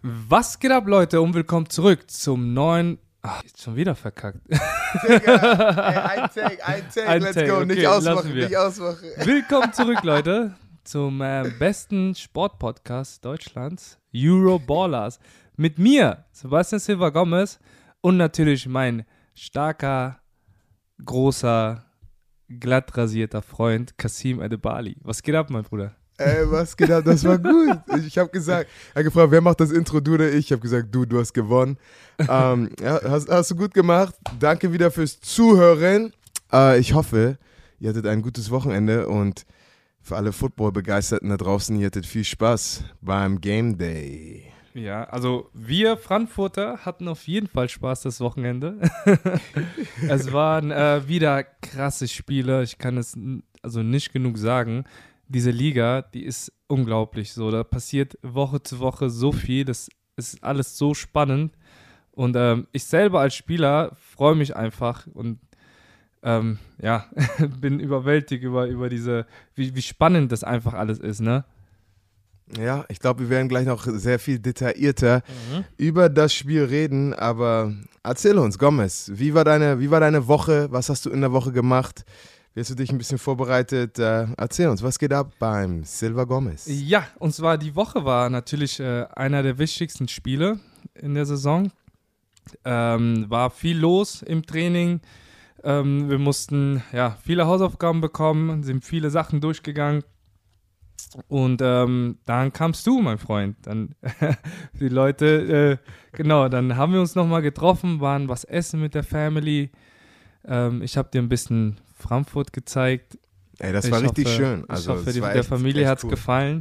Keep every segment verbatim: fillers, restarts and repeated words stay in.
Was geht ab, Leute, und willkommen zurück zum neuen... Ach, jetzt schon wieder verkackt. Digga, ey, ein Take, ein Take, Ein let's Take, go, okay, nicht ausmachen, lassen wir. nicht ausmachen. Willkommen zurück, Leute, zum äh, besten Sportpodcast Deutschlands, Euroballers. Mit mir, Sebastian Silva Gomez, und natürlich mein starker, großer, glatt rasierter Freund Kasim Edebali. Was geht ab, mein Bruder? Ey, was geht ab, das war gut. Ich habe gesagt, er hat gefragt, wer macht das Intro, du oder ich? Ich habe gesagt, du, du hast gewonnen. ähm, ja, hast, hast du gut gemacht. Danke wieder fürs Zuhören. Äh, ich hoffe, ihr hattet ein gutes Wochenende und für alle Football-Begeisterten da draußen, ihr hattet viel Spaß beim Game Day. Ja, also wir Frankfurter hatten auf jeden Fall Spaß das Wochenende. Es waren äh, wieder krasse Spiele. Ich kann es n- also nicht genug sagen. Diese Liga, die ist unglaublich so. Da passiert Woche zu Woche so viel. Das ist alles so spannend. Und ähm, ich selber als Spieler freue mich einfach und ähm, ja, bin überwältigt über, über diese, wie, wie spannend das einfach alles ist, ne? Ja, ich glaube, wir werden gleich noch sehr viel detaillierter Mhm. über das Spiel reden, aber erzähl uns, Gomez, wie war deine, wie war deine Woche? Was hast du in der Woche gemacht? Wie hast du dich ein bisschen vorbereitet? Äh, erzähl uns, was geht ab beim Silva Gomez? Ja, und zwar die Woche war natürlich äh, einer der wichtigsten Spiele in der Saison. Ähm, war viel los im Training. Ähm, wir mussten ja viele Hausaufgaben bekommen, sind viele Sachen durchgegangen. Und ähm, dann kamst du, mein Freund. Dann die Leute, äh, genau, dann haben wir uns nochmal getroffen, waren was essen mit der Family. Ähm, ich habe dir ein bisschen Frankfurt gezeigt. Ey, das Ich war richtig hoffe- schön. Also, ich hoffe, es die, war der echt, Familie echt hat es cool. gefallen.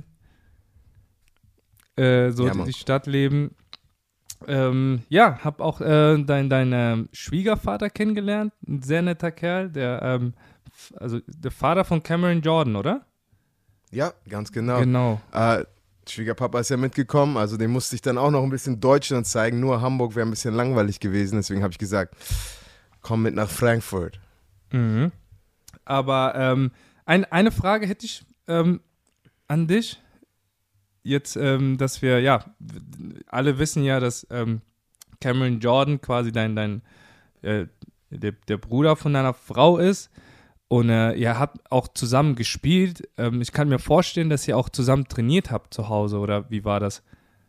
Äh, so Ja, die, Mann. die Stadtleben. Ähm, ja, hab auch äh, deinen dein, ähm, Schwiegervater kennengelernt. Ein sehr netter Kerl. Der, ähm, f- also der Vater von Cameron Jordan, oder? Ja, ganz genau. Genau. Äh, Schwiegerpapa ist ja mitgekommen, also dem musste ich dann auch noch ein bisschen Deutschland zeigen. Nur Hamburg wäre ein bisschen langweilig gewesen, deswegen habe ich gesagt, komm mit nach Frankfurt. Mhm. Aber ähm, ein, eine Frage hätte ich ähm, an dich. Jetzt, ähm, dass wir, ja, w- alle wissen ja, dass ähm, Cameron Jordan quasi dein, dein äh, der, der Bruder von deiner Frau ist. Und äh, ihr habt auch zusammen gespielt. Ähm, ich kann mir vorstellen, dass ihr auch zusammen trainiert habt zu Hause, oder wie war das?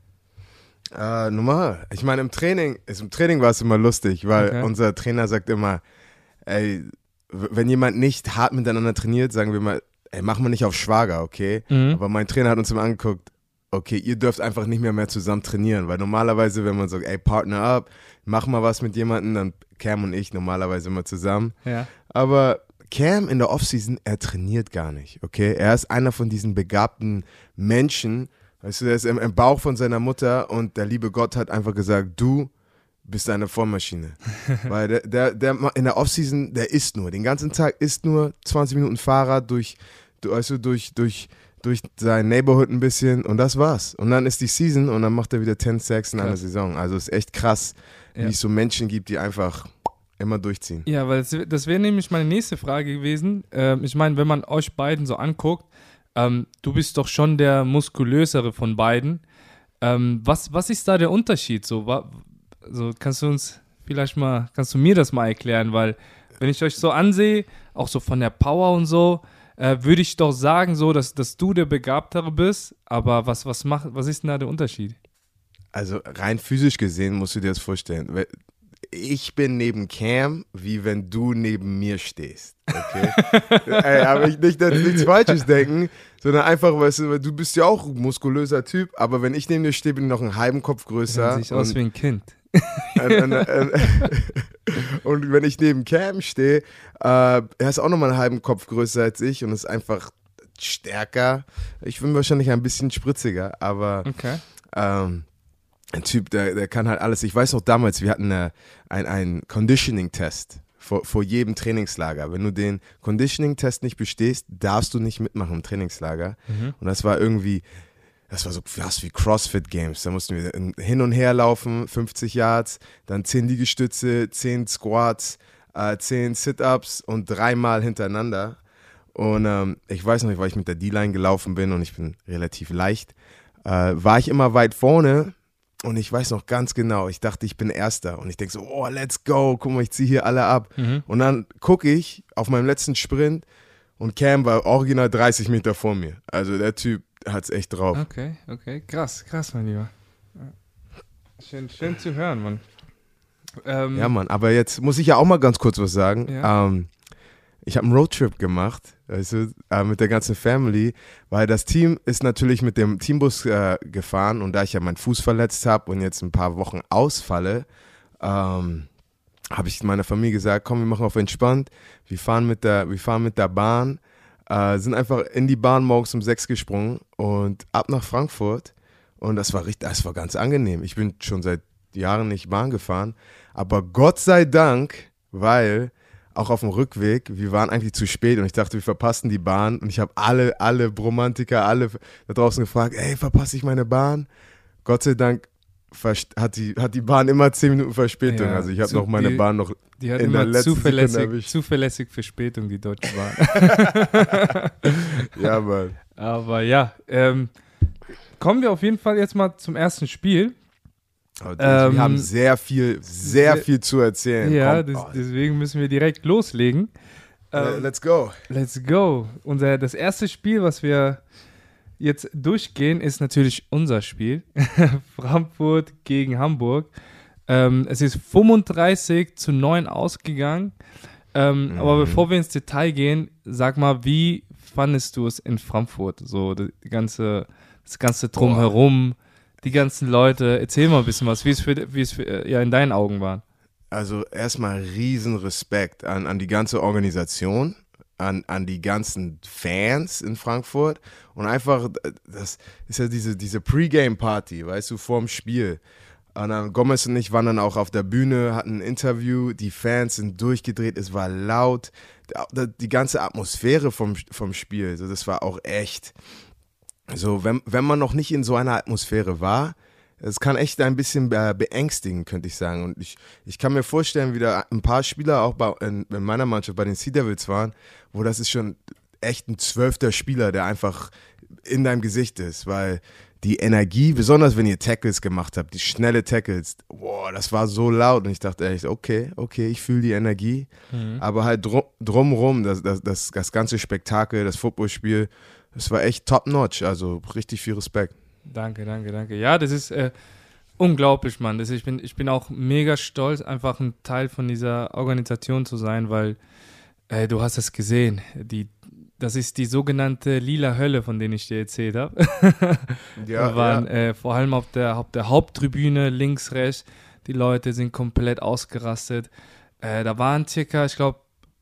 Äh, normal. Ich meine, im Training, ist, im Training war es immer lustig, weil Okay. unser Trainer sagt immer, ey, w- wenn jemand nicht hart miteinander trainiert, sagen wir mal, ey, mach mal nicht auf Schwager, okay? Mhm. Aber mein Trainer hat uns immer angeguckt, okay, ihr dürft einfach nicht mehr mehr zusammen trainieren, weil normalerweise, wenn man sagt, ey, partner up, mach mal was mit jemandem, dann Cam und ich normalerweise immer zusammen. Ja. Aber Cam in der Offseason, er trainiert gar nicht, okay? Er ist einer von diesen begabten Menschen, weißt du, der ist im, im Bauch von seiner Mutter und der liebe Gott hat einfach gesagt, du bist eine Vollmaschine. Weil der, der, der ma- in der Offseason, der isst nur, den ganzen Tag isst nur zwanzig Minuten Fahrrad durch, du- weißt du, durch, durch, durch sein Neighborhood ein bisschen und das war's. Und dann ist die Season und dann macht er wieder zehn Sacks in einer Krass. Saison. Also es ist echt krass, wie Ja. es so Menschen gibt, die einfach immer durchziehen. Ja, weil das, das wäre nämlich meine nächste Frage gewesen. Ähm, ich meine, wenn man euch beiden so anguckt, ähm, du bist doch schon der muskulösere von beiden. Ähm, was, was ist da der Unterschied? So, wa, so kannst du uns vielleicht mal, kannst du mir das mal erklären? Weil wenn ich euch so ansehe, auch so von der Power und so, äh, würde ich doch sagen, so, dass, dass du der Begabtere bist. Aber was, was, macht, was ist denn da der Unterschied? Also rein physisch gesehen musst du dir das vorstellen. We- Ich bin neben Cam, wie wenn du neben mir stehst. Okay? Ey, aber ich nicht, dass nichts Falsches denken, sondern einfach, weißt du, weil du bist ja auch ein muskulöser Typ, aber wenn ich neben dir stehe, bin ich noch einen halben Kopf Dann größer. sehe ich aus wie ein Kind. und, und, und, und wenn ich neben Cam stehe, äh, er ist auch nochmal einen halben Kopf größer als ich und ist einfach stärker. Ich bin wahrscheinlich ein bisschen spritziger, aber Okay. ähm, ein Typ, der, der kann halt alles. Ich weiß noch damals, wir hatten eine, ein, einen Conditioning-Test vor, vor jedem Trainingslager. Wenn du den Conditioning-Test nicht bestehst, darfst du nicht mitmachen im Trainingslager. Mhm. Und das war irgendwie, das war so fast wie CrossFit-Games. Da mussten wir hin und her laufen, fünfzig Yards, dann zehn Liegestütze, zehn Squats, äh, zehn Sit-Ups und dreimal hintereinander. Und ähm, ich weiß noch nicht, weil ich mit der D-Line gelaufen bin und ich bin relativ leicht, äh, war ich immer weit vorne Und ich weiß noch ganz genau, ich dachte, ich bin Erster. Und ich denke so, oh, let's go, guck mal, ich ziehe hier alle ab. Mhm. Und dann gucke ich auf meinem letzten Sprint und Cam war original dreißig Meter vor mir. Also der Typ hat es echt drauf. Okay, okay, krass, krass, mein Lieber. Schön, schön zu hören, Mann. Ähm, Ja, Mann, aber jetzt muss ich ja auch mal ganz kurz was sagen. Ja. Ähm, ich habe einen Roadtrip gemacht, weißt du, äh, mit der ganzen Family, weil das Team ist natürlich mit dem Teambus äh, gefahren und da ich ja meinen Fuß verletzt habe und jetzt ein paar Wochen ausfalle, ähm, habe ich meiner Familie gesagt, komm, wir machen auf entspannt, wir fahren mit der, wir fahren mit der Bahn, äh, sind einfach in die Bahn morgens um sechs gesprungen und ab nach Frankfurt und das war richtig, das war ganz angenehm. Ich bin schon seit Jahren nicht Bahn gefahren, aber Gott sei Dank, weil auch auf dem Rückweg, wir waren eigentlich zu spät und ich dachte, wir verpassen die Bahn und ich habe alle, alle Bromantiker, alle da draußen gefragt, ey, verpasse ich meine Bahn? Gott sei Dank hat die, hat die Bahn immer zehn Minuten Verspätung, Ja, also ich habe zu- noch meine die- Bahn noch Die hat in der immer letzten Sekunde zuverlässig, erwischt. zuverlässig Verspätung, die Deutsche Bahn. Ja, Mann. Aber ja, ähm, kommen wir auf jeden Fall jetzt mal zum ersten Spiel. Aber Ähm, wir haben sehr viel, sehr sehr- viel zu erzählen. Ja, Komm, des, oh, deswegen müssen wir direkt loslegen. le- Ähm, let's go. Let's go. Unser, das erste Spiel, was wir jetzt durchgehen, ist natürlich unser Spiel. Frankfurt gegen Hamburg. Ähm, es ist fünfunddreißig zu neun ausgegangen. Ähm, Mhm. Aber bevor wir ins Detail gehen, sag mal, wie fandest du es in Frankfurt? So die ganze, das ganze Drumherum, die ganzen Leute. Erzähl mal ein bisschen was, wie es, für, wie es für, äh, ja, in deinen Augen war. Also erstmal riesen Respekt an, an die ganze Organisation, an, an die ganzen Fans in Frankfurt und einfach, das ist ja diese, diese Pre-Game-Party, weißt du, vorm Spiel. Und dann Gomez und ich waren dann auch auf der Bühne, hatten ein Interview, die Fans sind durchgedreht, es war laut, die ganze Atmosphäre vom, vom Spiel, so, das war auch echt. So, wenn, wenn man noch nicht in so einer Atmosphäre war, es kann echt ein bisschen äh, beängstigen, könnte ich sagen. Und ich, ich kann mir vorstellen, wie da ein paar Spieler auch bei, in, in meiner Mannschaft bei den Sea Devils waren, wo das ist schon echt ein zwölfter Spieler, der einfach in deinem Gesicht ist, weil die Energie, besonders wenn ihr Tackles gemacht habt, die schnelle Tackles, boah, das war so laut und ich dachte echt, okay, okay, ich fühle die Energie, Mhm. aber halt drum, drumrum, das, das, das, das ganze Spektakel, das Footballspiel, das war echt top-notch, also richtig viel Respekt. Danke, danke, danke. Ja, das ist äh, unglaublich, Mann. Das, ich, bin, ich bin auch mega stolz, einfach ein Teil von dieser Organisation zu sein, weil äh, du hast es gesehen. Die, das ist die sogenannte lila Hölle, von der ich dir erzählt habe. Ja, Wir waren ja. äh, vor allem auf der, auf der Haupttribüne, links, rechts. Die Leute sind komplett ausgerastet. Äh, da waren circa, ich glaube,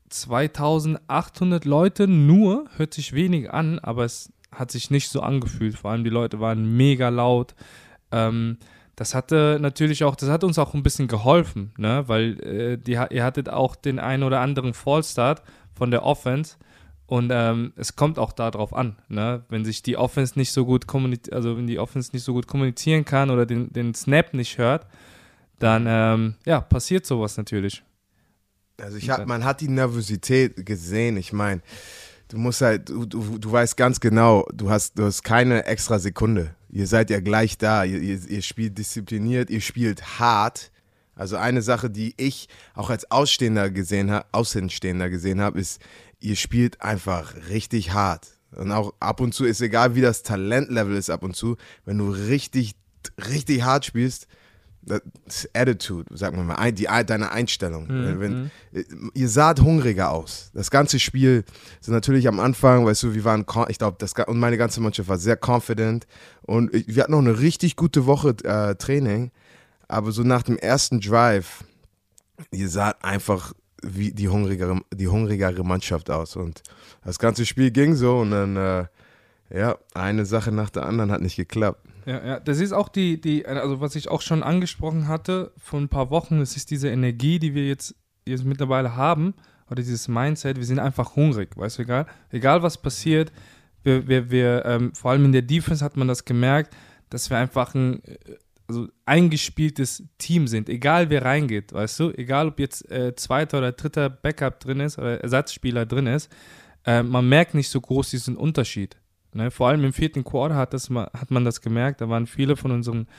zweitausendachthundert Leute nur. Hört sich wenig an, aber es hat sich nicht so angefühlt. Vor allem die Leute waren mega laut. Ähm, das hatte natürlich auch, das hat uns auch ein bisschen geholfen, ne? Weil äh, die, ihr hattet auch den einen oder anderen Fallstart von der Offense und ähm, es kommt auch darauf an, ne? Wenn sich die Offense nicht so gut kommuniziert, also wenn die Offense nicht so gut kommunizieren kann oder den, den Snap nicht hört, dann ähm, ja, passiert sowas natürlich. Also ich hab, man hat die Nervosität gesehen. Ich meine, du musst halt, du, du, du weißt ganz genau, du hast, du hast keine extra Sekunde. Ihr seid ja gleich da. Ihr, ihr, ihr spielt diszipliniert, ihr spielt hart. Also eine Sache, die ich auch als Ausstehender gesehen habe, Außenstehender gesehen habe, ist, ihr spielt einfach richtig hart. Und auch ab und zu ist egal, wie das Talentlevel ist ab und zu, wenn du richtig, richtig hart spielst, das ist Attitude, sagen wir mal, ein- die, deine Einstellung. Mhm. Wenn, ihr saht hungriger aus. Das ganze Spiel, so natürlich am Anfang, weißt du, wir waren, con- ich glaube, und meine ganze Mannschaft war sehr confident und ich- wir hatten noch eine richtig gute Woche äh, Training, aber so nach dem ersten Drive, ihr saht einfach wie die hungrigere, die hungrigere Mannschaft aus und das ganze Spiel ging so und dann, äh, ja, eine Sache nach der anderen hat nicht geklappt. Ja, ja, das ist auch die, die, also was ich auch schon angesprochen hatte vor ein paar Wochen, das ist diese Energie, die wir jetzt, jetzt mittlerweile haben, oder dieses Mindset, wir sind einfach hungrig, weißt du, egal, egal was passiert, wir, wir, wir ähm, vor allem in der Defense hat man das gemerkt, dass wir einfach ein äh, also eingespieltes Team sind, egal wer reingeht, weißt du, egal ob jetzt äh, zweiter oder dritter Backup drin ist oder Ersatzspieler drin ist, äh, man merkt nicht so groß diesen Unterschied. Ne, vor allem im vierten Quarter hat, das, hat man das gemerkt, da waren viele von unseren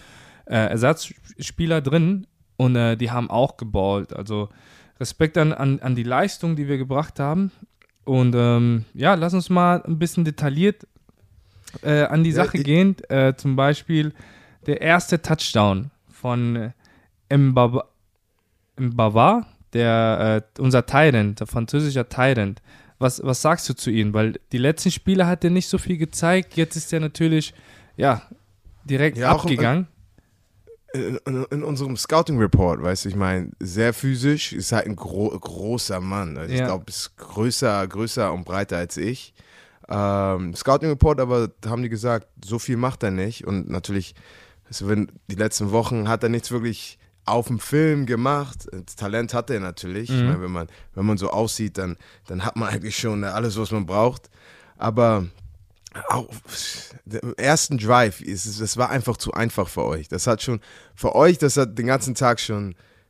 äh, Ersatzspieler drin und äh, die haben auch geballt. Also Respekt an, an, an die Leistung, die wir gebracht haben. Und ähm, ja, lass uns mal ein bisschen detailliert äh, an die Ja, Sache ich- gehen. Äh, zum Beispiel der erste Touchdown von äh, Mbaba, Mbaba, der äh, unser Tyrant, der französische Tyrant. Was, was sagst du zu ihm? Weil die letzten Spiele hat er nicht so viel gezeigt. Jetzt ist er natürlich ja direkt Ja, auch im- abgegangen. In, in, in unserem Scouting Report, weißt du, ich meine, sehr physisch, ist halt ein gro großer Mann. Also Ja. ich glaube, ist größer, größer und breiter als ich. Ähm, Scouting Report, aber haben die gesagt, so viel macht er nicht. Und natürlich, also wenn die letzten Wochen hat er nichts wirklich auf dem Film gemacht. Das Talent hat er natürlich. Ich Mhm. meine, wenn man, wenn man so aussieht, dann, dann hat man eigentlich schon alles, was man braucht. Aber auch im ersten Drive, ist es, das war einfach zu einfach für euch. Das hat schon, für euch, das hat den ganzen Tag schon,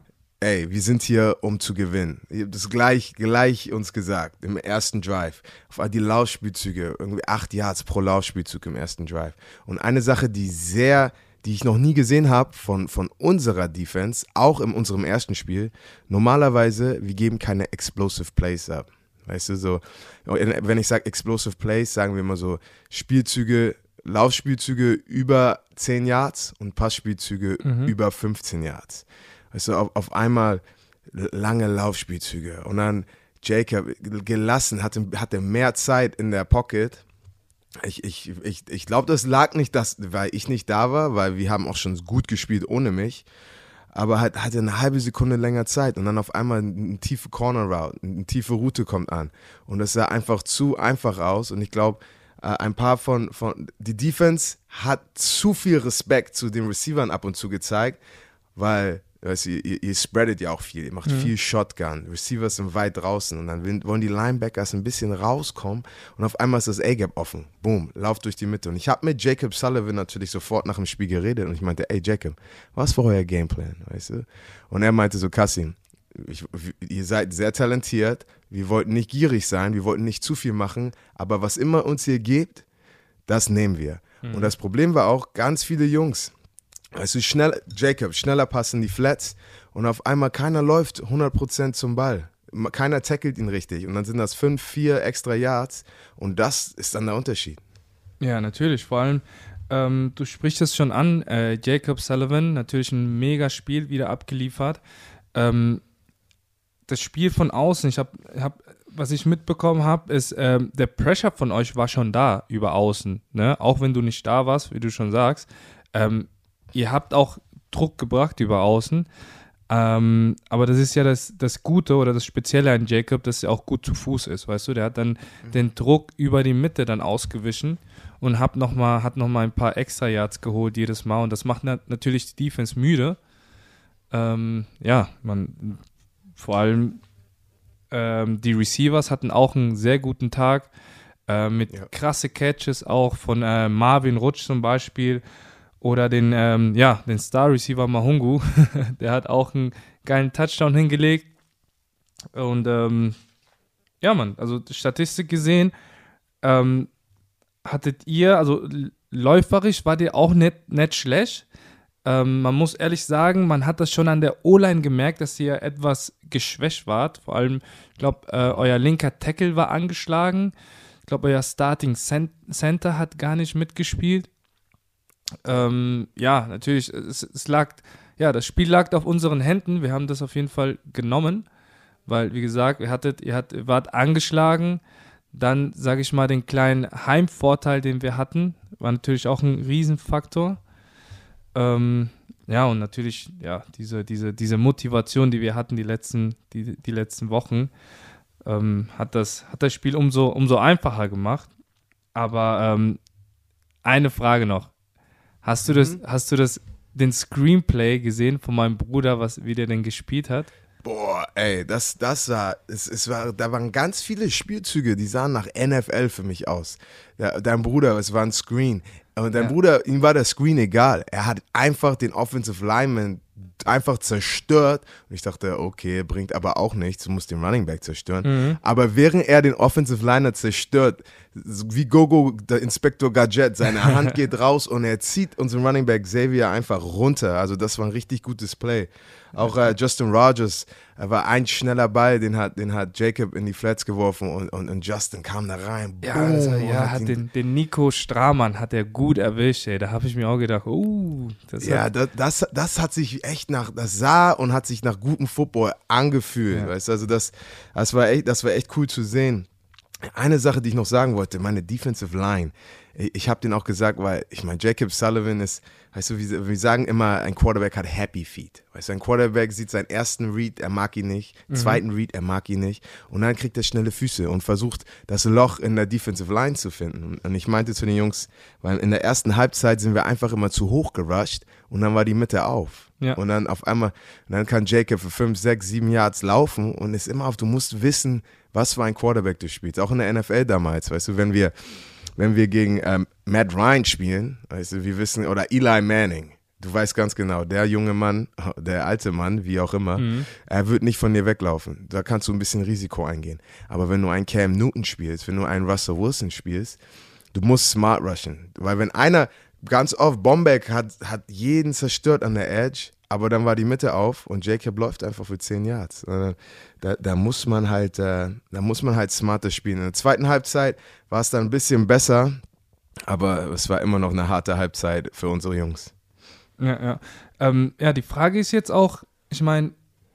ey, wir sind hier, um zu gewinnen. Ihr habt das gleich, gleich uns gesagt, im ersten Drive. Auf die Laufspielzüge, irgendwie acht Yards pro Laufspielzug im ersten Drive. Und eine Sache, die sehr, die ich noch nie gesehen habe von, von unserer Defense, auch in unserem ersten Spiel, normalerweise, wir geben keine Explosive Plays ab. Weißt du, so, wenn ich sage Explosive Plays, sagen wir immer so Spielzüge, Laufspielzüge über zehn Yards und Passspielzüge Mhm. über fünfzehn Yards. Weißt du, auf, auf einmal lange Laufspielzüge und dann Jacob gelassen, hatte, hatte mehr Zeit in der Pocket. Ich, ich, ich, ich glaube, das lag nicht, dass, weil ich nicht da war, weil wir haben auch schon gut gespielt ohne mich. Aber halt hatte eine halbe Sekunde länger Zeit und dann auf einmal eine tiefe Corner Route, eine tiefe Route kommt an. Und das sah einfach zu einfach aus. Und ich glaube, ein paar von, von, die Defense hat zu viel Respekt zu den Receivern ab und zu gezeigt, weil, weißt du, ihr, ihr spreadet ja auch viel, ihr macht Mhm. viel Shotgun, Receivers sind weit draußen und dann will- wollen die Linebackers ein bisschen rauskommen und auf einmal ist das A-Gap offen. Boom, lauf durch die Mitte. Und ich habe mit Jacob Sullivan natürlich sofort nach dem Spiel geredet und ich meinte, ey Jacob, was war euer Gameplan, weißt du? Und er meinte so, Kassim, ich, ihr seid sehr talentiert, wir wollten nicht gierig sein, wir wollten nicht zu viel machen, aber was immer uns hier gibt, das nehmen wir. Und das Problem war auch, ganz viele Jungs, weißt du, schnell, Jacob, schneller passen die Flats und auf einmal keiner läuft hundert Prozent zum Ball. Keiner tackelt ihn richtig und dann sind das fünf, vier extra Yards und das ist dann der Unterschied. Ja, natürlich. Vor allem, ähm, du sprichst es schon an, äh, Jacob Sullivan, natürlich ein mega Spiel wieder abgeliefert. Ähm, das Spiel von außen, ich habe, hab, was ich mitbekommen habe, ist, ähm, der Pressure von euch war schon da über außen, ne? Auch wenn du nicht da warst, wie du schon sagst. Ähm, ihr habt auch Druck gebracht über außen. Ähm, aber das ist ja das, das Gute oder das Spezielle an Jacob, dass er auch gut zu Fuß ist, weißt du? Der hat dann mhm. den Druck über die Mitte dann ausgewichen und hab noch mal, hat nochmal ein paar extra Yards geholt jedes Mal und das macht na- natürlich die Defense müde. Ähm, ja, man, vor allem ähm, die Receivers hatten auch einen sehr guten Tag äh, mit Ja. krasse Catches auch von äh, Marvin Rutsch zum Beispiel. Oder den, ähm, ja, den Star-Receiver Mahungu, der hat auch einen geilen Touchdown hingelegt. Und ähm, ja, Mann, also Statistik gesehen, ähm, hattet ihr, also l- läuferisch war der auch nicht, nicht schlecht. Ähm, man muss ehrlich sagen, man hat das schon an der O-Line gemerkt, dass ihr etwas geschwächt wart. Vor allem, ich glaube, äh, euer linker Tackle war angeschlagen. Ich glaube, euer Starting Cent- Center hat gar nicht mitgespielt. Ähm, ja, natürlich, es, es lag, ja, das Spiel lag auf unseren Händen. Wir haben das auf jeden Fall genommen, weil, wie gesagt, ihr hattet, ihr, hat, ihr wart angeschlagen. Dann, sage ich mal, den kleinen Heimvorteil, den wir hatten, war natürlich auch ein Riesenfaktor. Ähm, ja, und natürlich, ja, diese, diese, diese Motivation, die wir hatten die letzten, die, die letzten Wochen, ähm, hat, das, hat das Spiel umso, umso einfacher gemacht. Aber ähm, eine Frage noch. Hast du das, Mhm. hast du das, den Screenplay gesehen von meinem Bruder, was, wie der denn gespielt hat? Boah, ey, das, das war, es, es war, da waren ganz viele Spielzüge, die sahen nach N F L für mich aus. Ja, dein Bruder, es war ein Screen. Und dein Ja. Bruder, ihm war der Screen egal. Er hat einfach den Offensive Lineman einfach zerstört. Und ich dachte, okay, bringt aber auch nichts, du musst den Running Back zerstören. Mhm. Aber während er den Offensive Liner zerstört, wie Gogo, der Inspektor Gadget, seine Hand geht raus und er zieht unseren Running Back Xavier einfach runter. Also das war ein richtig gutes Play. Auch äh, Justin Rogers, er war ein schneller Ball, den hat, den hat Jacob in die Flats geworfen und, und, und Justin kam da rein. Ja, Boom, also, und ja hat hat ihn- den, den Nico Stramann hat er gut erwischt, ey. Da habe ich mir auch gedacht, uh, das Ja, hat, das, das, das hat sich echt nach, das sah und hat sich nach gutem Football angefühlt, Ja. weißt du, also das, das war echt, das war echt cool zu sehen. Eine Sache, die ich noch sagen wollte, meine Defensive Line, ich, ich habe den auch gesagt, weil, ich meine, Jacob Sullivan ist, weißt du, wir, wir sagen immer, ein Quarterback hat Happy Feet, weißt du, ein Quarterback sieht seinen ersten Read, er mag ihn nicht, Mhm. zweiten Read, er mag ihn nicht und dann kriegt er schnelle Füße und versucht, das Loch in der Defensive Line zu finden. Und ich meinte zu den Jungs, weil in der ersten Halbzeit sind wir einfach immer zu hoch gerusht und dann war die Mitte auf. Ja. Und dann auf einmal, und dann kann Jacob für fünf, sechs, sieben Yards laufen und ist immer auf, du musst wissen, was für ein Quarterback du spielst. Auch in der N F L damals, weißt du, wenn wir, wenn wir gegen ähm, Matt Ryan spielen, weißt du, wir wissen, oder Eli Manning, du weißt ganz genau, der junge Mann, der alte Mann, wie auch immer, Mhm. er wird nicht von dir weglaufen. Da kannst du ein bisschen Risiko eingehen. Aber wenn du einen Cam Newton spielst, wenn du einen Russell Wilson spielst, du musst smart rushen. Weil wenn einer, ganz oft, Bombeck hat, hat jeden zerstört an der Edge, aber dann war die Mitte auf und Jacob läuft einfach für zehn Yards. Äh, Da, da muss man halt, äh, da muss man halt smarter spielen. In der zweiten Halbzeit war es dann ein bisschen besser, aber es war immer noch eine harte Halbzeit für unsere Jungs. Ja, ja. Ähm, ja, die Frage ist jetzt auch, ich meine,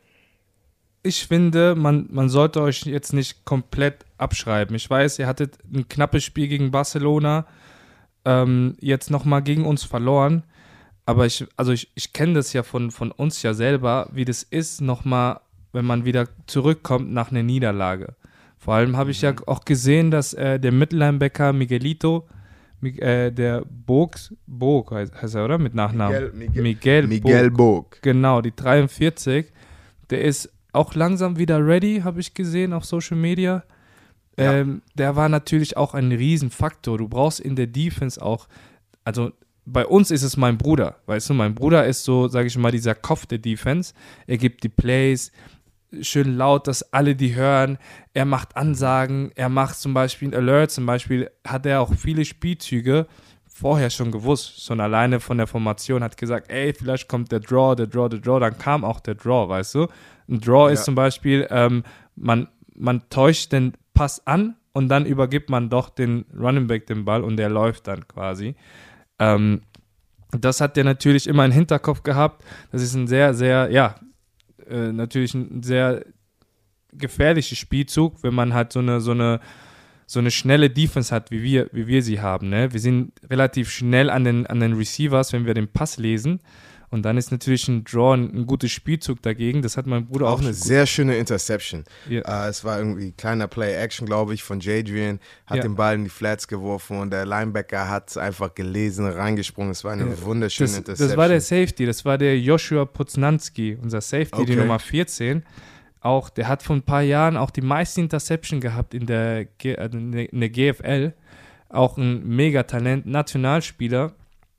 ich finde, man, man sollte euch jetzt nicht komplett abschreiben. Ich weiß, ihr hattet ein knappes Spiel gegen Barcelona, ähm, jetzt nochmal gegen uns verloren. Aber ich, also ich, ich kenne das ja von, von uns ja selber, wie das ist, nochmal, wenn man wieder zurückkommt nach einer Niederlage. Vor allem habe ich ja auch gesehen, dass äh, der Mittellinebacker Miguelito, Mi- äh, der Bog, Bog heißt, heißt er, oder? Mit Nachnamen. Miguel, Miguel, Miguel, Miguel Bog. Bog. Genau, die dreiundvierzig. Der ist auch langsam wieder ready, habe ich gesehen auf Social Media. Ja. Ähm, der war natürlich auch ein Riesenfaktor. Du brauchst in der Defense auch, also bei uns ist es mein Bruder, weißt du, mein Bruder ist so, sage ich mal, dieser Kopf der Defense. Er gibt die Plays schön laut, dass alle die hören. Er macht Ansagen, er macht zum Beispiel ein Alert, zum Beispiel hat er auch viele Spielzüge vorher schon gewusst, schon alleine von der Formation, hat gesagt, ey, vielleicht kommt der Draw, der Draw, der Draw, dann kam auch der Draw, weißt du. Ein Draw Ja. ist zum Beispiel, ähm, man, man täuscht den Pass an und dann übergibt man doch den Running Back den Ball und der läuft dann quasi. Ähm, das hat der natürlich immer im Hinterkopf gehabt. Das ist ein sehr, sehr, ja, äh, natürlich ein sehr gefährlicher Spielzug, wenn man halt so eine, so eine, so eine schnelle Defense hat, wie wir, wie wir sie haben. Ne? Wir sind relativ schnell an den, an den Receivers, wenn wir den Pass lesen. Und dann ist natürlich ein Draw ein, ein guter Spielzug dagegen. Das hat mein Bruder auch, Auch eine schon sehr schöne Interception. Ja. Äh, es war irgendwie kleiner Play-Action, glaube ich, von Jadrian. Hat Ja. den Ball in die Flats geworfen und der Linebacker hat es einfach gelesen, reingesprungen. Es war eine Ja. wunderschöne Das, Interception. das war der Safety, das war der Joshua Poznanski, unser Safety, die Okay. Nummer vierzehn. Auch, der hat vor ein paar Jahren auch die meisten Interception gehabt in der, G- äh, in der G F L. Auch ein Megatalent, Nationalspieler.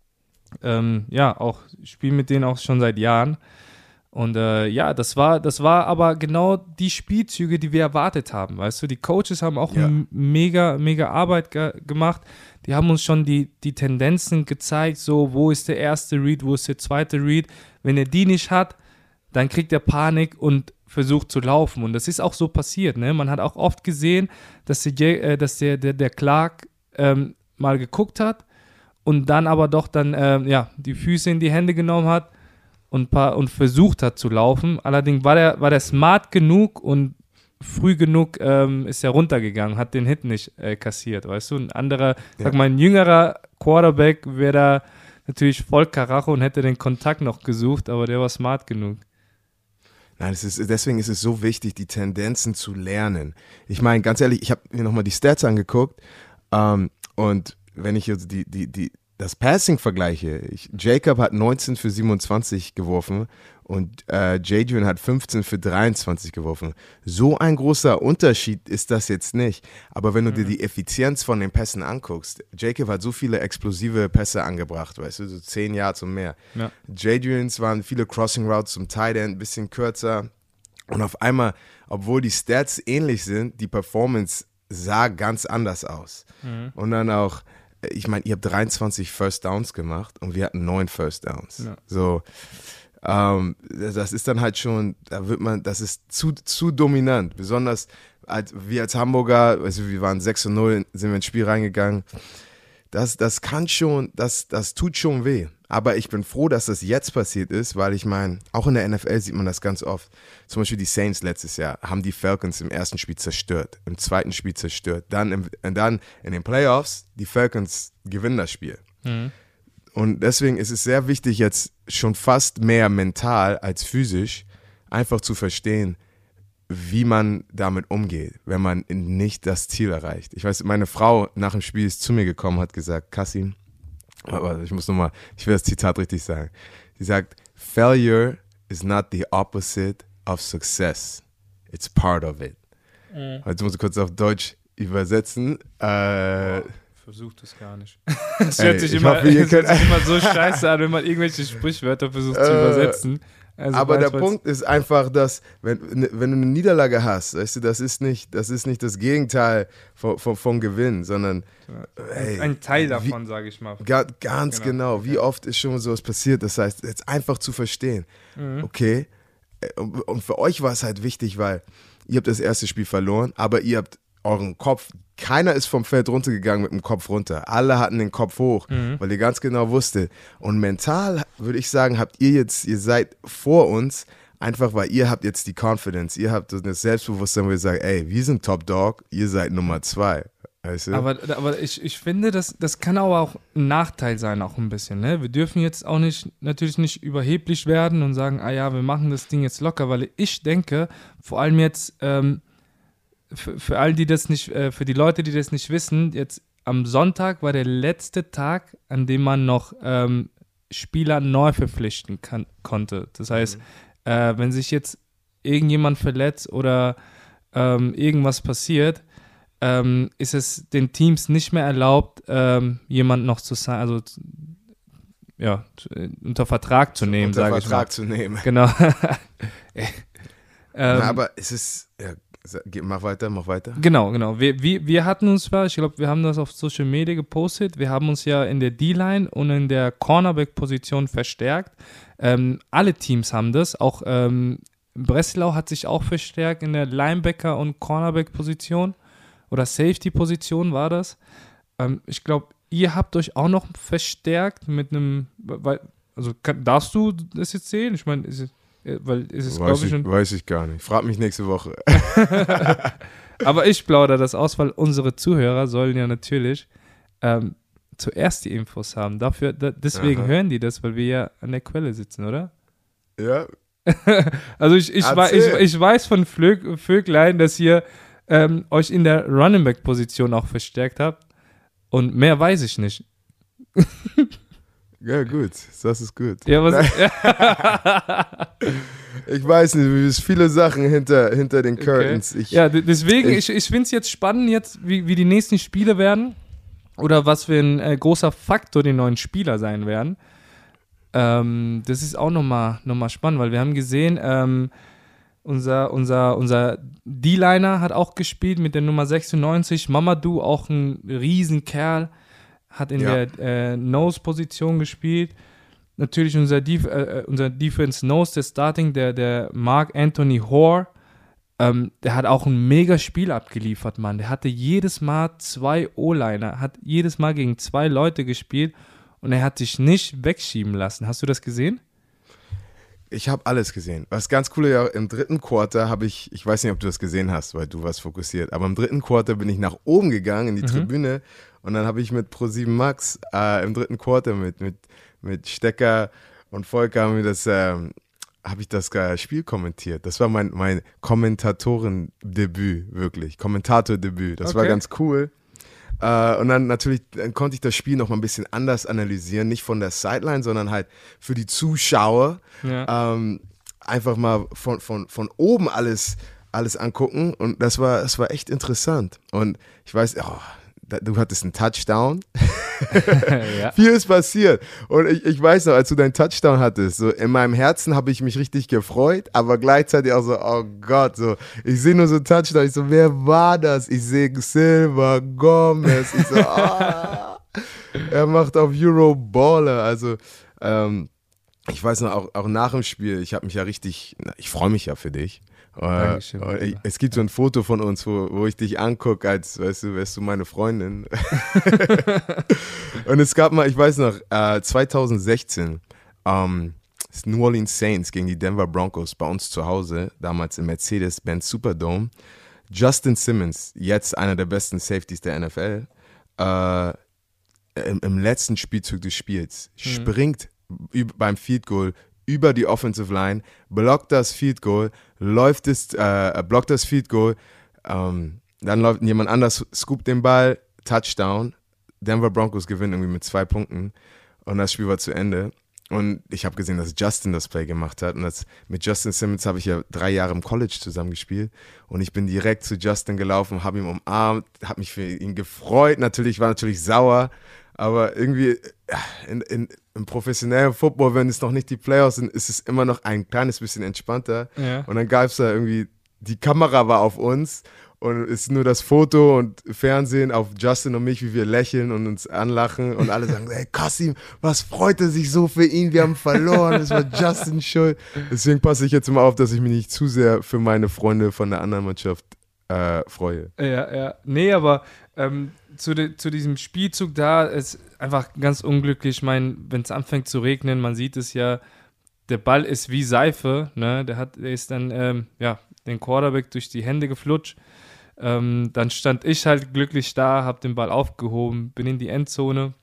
Ähm, ja, auch spiele mit denen auch schon seit Jahren. Und äh, ja, das war, das war aber genau die Spielzüge, die wir erwartet haben. Weißt du, die Coaches haben auch Ja. m- mega, mega Arbeit ge gemacht. Die haben uns schon die, die Tendenzen gezeigt, so, wo ist der erste Read, wo ist der zweite Read. Wenn er die nicht hat, dann kriegt er Panik und versucht zu laufen. Und das ist auch so passiert. Ne? Man hat auch oft gesehen, dass der, J- äh, dass der, der, der Clark ähm, mal geguckt hat und dann aber doch dann ähm, ja, die Füße in die Hände genommen hat und, paar, und versucht hat zu laufen. Allerdings war der, war der smart genug und früh genug ähm, ist er runtergegangen, hat den Hit nicht äh, kassiert, weißt du. Ein anderer, Ja. sag mal, ein jüngerer Quarterback wäre da natürlich voll Karacho und hätte den Kontakt noch gesucht, aber der war smart genug. Nein, es ist, deswegen ist es so wichtig, die Tendenzen zu lernen. Ich meine, ganz ehrlich, ich habe mir nochmal die Stats angeguckt ähm, und wenn ich jetzt die, die, die, das Passing vergleiche, ich, Jacob hat neunzehn für siebenundzwanzig geworfen und äh, Jadrian hat fünfzehn für dreiundzwanzig geworfen. So ein großer Unterschied ist das jetzt nicht. Aber wenn du mhm. dir die Effizienz von den Pässen anguckst, Jacob hat so viele explosive Pässe angebracht, weißt du, so zehn Yards und mehr. Ja. Jadrians waren viele Crossing Routes zum Tight End, ein bisschen kürzer. Und auf einmal, obwohl die Stats ähnlich sind, die Performance sah ganz anders aus. Mhm. Und dann auch, ich meine, ihr habt dreiundzwanzig First Downs gemacht und wir hatten neun First Downs. Ja. So, ähm, das ist dann halt schon, da wird man, das ist zu, zu dominant. Besonders als wir als Hamburger, also wir waren sechs und null, sind wir ins Spiel reingegangen. Das, das kann schon, das, das tut schon weh. Aber ich bin froh, dass das jetzt passiert ist, weil ich meine, auch in der N F L sieht man das ganz oft. Zum Beispiel die Saints letztes Jahr haben die Falcons im ersten Spiel zerstört, im zweiten Spiel zerstört. Dann, im, und dann in den Playoffs, die Falcons gewinnen das Spiel. Mhm. Und deswegen ist es sehr wichtig, jetzt schon fast mehr mental als physisch einfach zu verstehen, wie man damit umgeht, wenn man nicht das Ziel erreicht. Ich weiß, meine Frau nach dem Spiel ist zu mir gekommen, hat gesagt, Kassim, aber ich muss nochmal, ich will das Zitat richtig sagen. Sie sagt, Failure is not the opposite of success. It's part of it. Mhm. Jetzt muss ich kurz auf Deutsch übersetzen. Äh, oh, versucht es gar nicht. Es hört, sich, immer, hoffe, es hört sich immer so scheiße an, wenn man irgendwelche Sprichwörter versucht äh, zu übersetzen. Also aber der Punkt ist einfach, dass, wenn, wenn du eine Niederlage hast, weißt du, das ist nicht das, ist nicht das Gegenteil vom, vom, vom Gewinn, sondern ey, ein Teil davon, sage ich mal. Ga, ganz genau. genau. Wie oft ist schon sowas passiert? Das heißt, jetzt einfach zu verstehen, mhm. okay, und, und für euch war es halt wichtig, weil ihr habt das erste Spiel verloren, aber ihr habt euren Kopf, keiner ist vom Feld runtergegangen mit dem Kopf runter. Alle hatten den Kopf hoch, mhm. weil ihr ganz genau wusstet. Und mental, würde ich sagen, habt ihr jetzt, ihr seid vor uns, einfach weil ihr habt jetzt die Confidence, ihr habt das Selbstbewusstsein, wo ihr sagt, ey, wir sind Top Dog, ihr seid Nummer zwei. Weißt du? Aber, aber ich, ich finde, das, das kann aber auch ein Nachteil sein, auch ein bisschen. Ne? Wir dürfen jetzt auch nicht, natürlich nicht überheblich werden und sagen, ah ja, wir machen das Ding jetzt locker, weil ich denke, vor allem jetzt, ähm, Für, für all die das nicht, äh, für die Leute, die das nicht wissen, jetzt am Sonntag war der letzte Tag, an dem man noch ähm, Spieler neu verpflichten kann, konnte. Das heißt, mhm. äh, wenn sich jetzt irgendjemand verletzt oder ähm, irgendwas passiert, ähm, ist es den Teams nicht mehr erlaubt, ähm, jemanden noch zu sein, also ja, unter Vertrag zu nehmen, sage ich mal. Unter Vertrag zu nehmen. Genau. ähm, Na, aber es ist, ja, mach weiter, mach weiter. Genau, genau. Wir, wir, wir hatten uns, ich glaube, wir haben das auf Social Media gepostet, wir haben uns ja in der D-Line und in der Cornerback-Position verstärkt. Ähm, alle Teams haben das, auch ähm, Breslau hat sich auch verstärkt in der Linebacker- und Cornerback-Position oder Safety-Position war das. Ähm, ich glaube, ihr habt euch auch noch verstärkt mit einem, weil, also kann, darfst du das jetzt sehen? Ich meine, ist es Weil ist es, weiß, ich, schon weiß ich gar nicht. Frag mich nächste Woche. Aber ich plaudere das aus, weil unsere Zuhörer sollen ja natürlich ähm, zuerst die Infos haben. Dafür, da, deswegen Aha. hören die das, weil wir ja an der Quelle sitzen, oder? Ja. Also ich, ich, ich, ich, ich weiß von Vög, Vöglein, dass ihr ähm, euch in der Running Back Position auch verstärkt habt. Und mehr weiß ich nicht. Ja, gut. Das ist gut. Ja, was ich weiß nicht, es sind viele Sachen hinter, hinter den Curtains. Okay. Ich, ja, deswegen, ich, ich, ich finde es jetzt spannend, jetzt, wie, wie die nächsten Spiele werden oder was für ein äh, großer Faktor die neuen Spieler sein werden. Ähm, das ist auch nochmal noch mal spannend, weil wir haben gesehen, ähm, unser, unser, unser D-Liner hat auch gespielt mit der Nummer sechsundneunzig. Mamadou, auch ein Riesenkerl, hat in ja. der äh, Nose-Position gespielt. Natürlich unser, Def- äh, unser Defense Nose, der Starting, der, der Mark Anthony Hoare, ähm, der hat auch ein mega Spiel abgeliefert, Mann. Der hatte jedes Mal zwei O-Liner, hat jedes Mal gegen zwei Leute gespielt und er hat sich nicht wegschieben lassen. Hast du das gesehen? Ich habe alles gesehen. Was ganz cool ist, ja, im dritten Quarter habe ich, ich weiß nicht, ob du das gesehen hast, weil du warst fokussiert, aber im dritten Quarter bin ich nach oben gegangen in die mhm. Tribüne und dann habe ich mit ProSieben Max äh, im dritten Quarter mit, mit, mit Stecker und Volker haben wir das, ähm, habe ich das äh, Spiel kommentiert. Das war mein, mein Kommentatorendebüt, wirklich. Kommentatordebüt. Das okay. war ganz cool. Äh, und dann natürlich dann konnte ich das Spiel noch mal ein bisschen anders analysieren, nicht von der Sideline, sondern halt für die Zuschauer. Ja. Ähm, einfach mal von, von, von oben alles, alles angucken und das war, das war echt interessant. Und ich weiß, oh, da, du hattest einen Touchdown. Ja. Viel ist passiert. Und ich, ich weiß noch, als du deinen Touchdown hattest, so in meinem Herzen habe ich mich richtig gefreut, aber gleichzeitig auch so, oh Gott, so, ich sehe nur so Touchdown, ich so, wer war das? Ich sehe Silva Gomez. Ich so, ah, er macht auf Euroballer. Also, ähm, ich weiß noch, auch, auch nach dem Spiel, ich habe mich ja richtig, ich freue mich ja für dich. Dankeschön, äh, ich, es gibt so ein Foto von uns, wo, wo ich dich angucke, als, weißt du, wärst du meine Freundin. Und es gab mal, ich weiß noch, äh, zwanzig sechzehn, ähm, das New Orleans Saints gegen die Denver Broncos bei uns zu Hause, damals im Mercedes-Benz Superdome. Justin Simmons, jetzt einer der besten Safeties der N F L, äh, im, im letzten Spielzug des Spiels, mhm. springt beim Field Goal über die Offensive Line, blockt das Field Goal, läuft es, äh, blockt das Field Goal, ähm, dann läuft jemand anders, scoopt den Ball, Touchdown, Denver Broncos gewinnen irgendwie mit zwei Punkten und das Spiel war zu Ende. Und ich habe gesehen, dass Justin das Play gemacht hat. Und das, mit Justin Simmons habe ich ja drei Jahre im College zusammengespielt. Und ich bin direkt zu Justin gelaufen, habe ihn umarmt, habe mich für ihn gefreut. Natürlich war natürlich sauer, aber irgendwie in, in, im professionellen Football, wenn es noch nicht die Playoffs sind, ist es immer noch ein kleines bisschen entspannter. Ja. Und dann gab es da irgendwie, die Kamera war auf uns und es ist nur das Foto und Fernsehen auf Justin und mich, wie wir lächeln und uns anlachen und alle sagen, hey Kasim, was freut er sich so für ihn, wir haben verloren, das war Justin schuld. Deswegen passe ich jetzt immer auf, dass ich mich nicht zu sehr für meine Freunde von der anderen Mannschaft äh, freue. Ja, ja, nee, aber ähm, zu, de, zu diesem Spielzug da ist einfach ganz unglücklich. Ich meine, wenn es anfängt zu regnen, man sieht es ja, der Ball ist wie Seife, ne? Der hat, der ist dann, ähm, ja, den Quarterback durch die Hände geflutscht. Ähm, dann stand ich halt glücklich da, hab den Ball aufgehoben, bin in die Endzone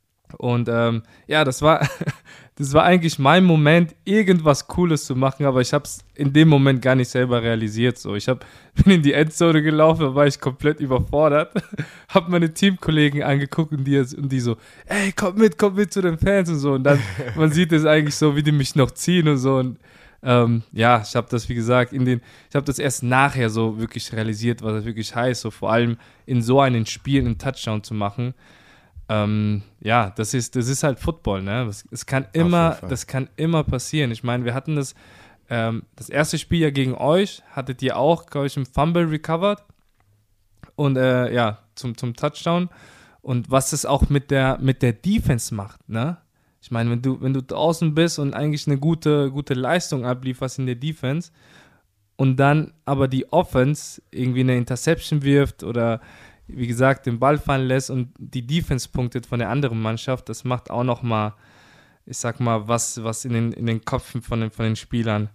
und ähm, ja, das war, das war eigentlich mein Moment, irgendwas Cooles zu machen, aber ich habe es in dem Moment gar nicht selber realisiert. So, ich hab, bin in die Endzone gelaufen, da war ich komplett überfordert, habe meine Teamkollegen angeguckt und die, und die so, ey, komm mit, komm mit zu den Fans und so. Und dann, man sieht es eigentlich so, wie die mich noch ziehen und so. Und ähm, ja, ich habe das, wie gesagt, in den, ich habe das erst nachher so wirklich realisiert, was das wirklich heißt, so vor allem in so einem Spiel einen Touchdown zu machen. Ähm, ja, das ist, das ist halt Football, ne? Das, es kann immer, das kann immer passieren. Ich meine, wir hatten das, ähm, das erste Spiel ja gegen euch, hattet ihr auch, glaube ich, im Fumble recovered und äh, ja, zum, zum Touchdown. Und was das auch mit der, mit der Defense macht, ne? Ich meine, wenn du, wenn du draußen bist und eigentlich eine gute, gute Leistung ablieferst in der Defense und dann aber die Offense irgendwie eine Interception wirft oder wie gesagt, den Ball fallen lässt und die Defense punktet von der anderen Mannschaft, das macht auch nochmal, ich sag mal, was, was in den, in den Köpfen von den, von den Spielern.